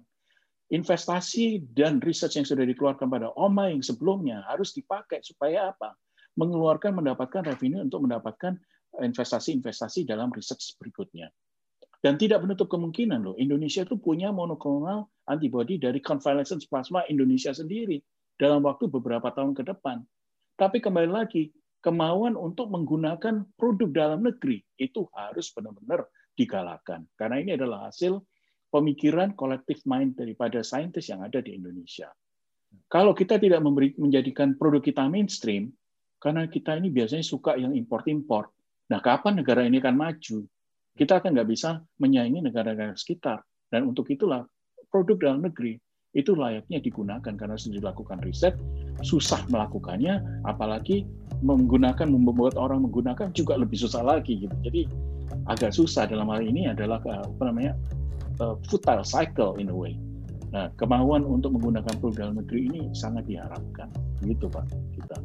investasi dan research yang sudah dikeluarkan pada O M A yang sebelumnya harus dipakai supaya apa? Mengeluarkan, mendapatkan revenue untuk mendapatkan investasi-investasi dalam research berikutnya. Dan tidak menutup kemungkinan loh, Indonesia itu punya monoclonal antibody dari convalescent plasma Indonesia sendiri dalam waktu beberapa tahun ke depan. Tapi kembali lagi, kemauan untuk menggunakan produk dalam negeri itu harus benar-benar digalakkan. Karena ini adalah hasil pemikiran collective mind daripada saintis yang ada di Indonesia. Kalau kita tidak memberi, menjadikan produk kita mainstream, karena kita ini biasanya suka yang import-import. Nah, kapan negara ini akan maju? Kita akan nggak bisa menyaingi negara-negara sekitar. Dan untuk itulah produk dalam negeri itu layaknya digunakan karena sudah dilakukan riset, susah melakukannya, apalagi menggunakan, membuat orang menggunakan juga lebih susah lagi gitu. Jadi agak susah dalam hal ini adalah apa namanya futile cycle in a way. Nah, kemauan untuk menggunakan produk dalam negeri ini sangat diharapkan, gitu Pak kita.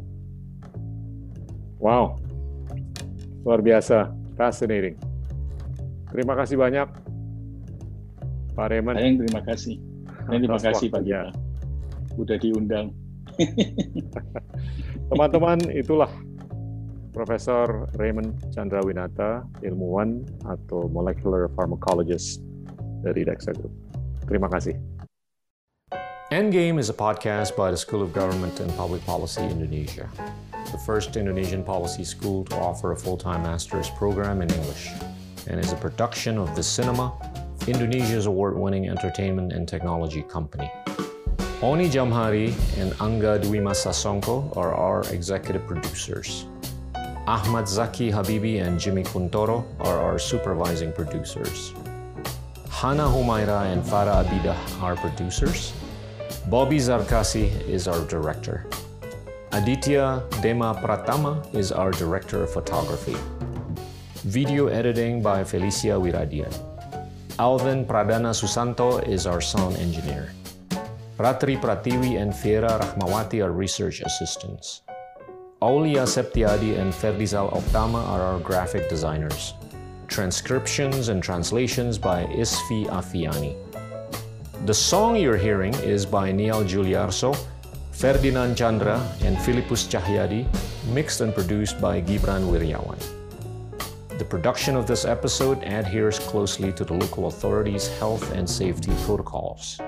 Wow, luar biasa, fascinating. Terima kasih banyak, Pak Raymond. Sayang, terima kasih. Dan terima kasih Pak Gita, udah diundang. Teman-teman, itulah Profesor Raymond Chandrawinata, ilmuwan atau molecular pharmacologist dari Dexa Group. Terima kasih. Endgame is a podcast by the School of Government and Public Policy Indonesia, the first Indonesian policy school to offer a full-time master's program in English, and is a production of The Cinema, Indonesia's award-winning entertainment and technology company. Oni Jamhari and Angga Dwi Sasongko are our executive producers. Ahmad Zaki Habibi and Jimmy Kuntoro are our supervising producers. Hana Humaira and Farah Abidah are producers. Bobby Zarkasi is our director. Aditya Dema Pratama is our director of photography. Video editing by Felicia Wiradian. Alvin Pradana Susanto is our sound engineer. Ratri Pratiwi and Fiera Rahmawati are research assistants. Aulia Septiadi and Ferdizal Oktama are our graphic designers. Transcriptions and translations by Isfi Afiani. The song you're hearing is by Niall Juliarso, Ferdinand Chandra, and Philippus Cahyadi, mixed and produced by Gibran Wiryawan. The production of this episode adheres closely to the local authorities' health and safety protocols.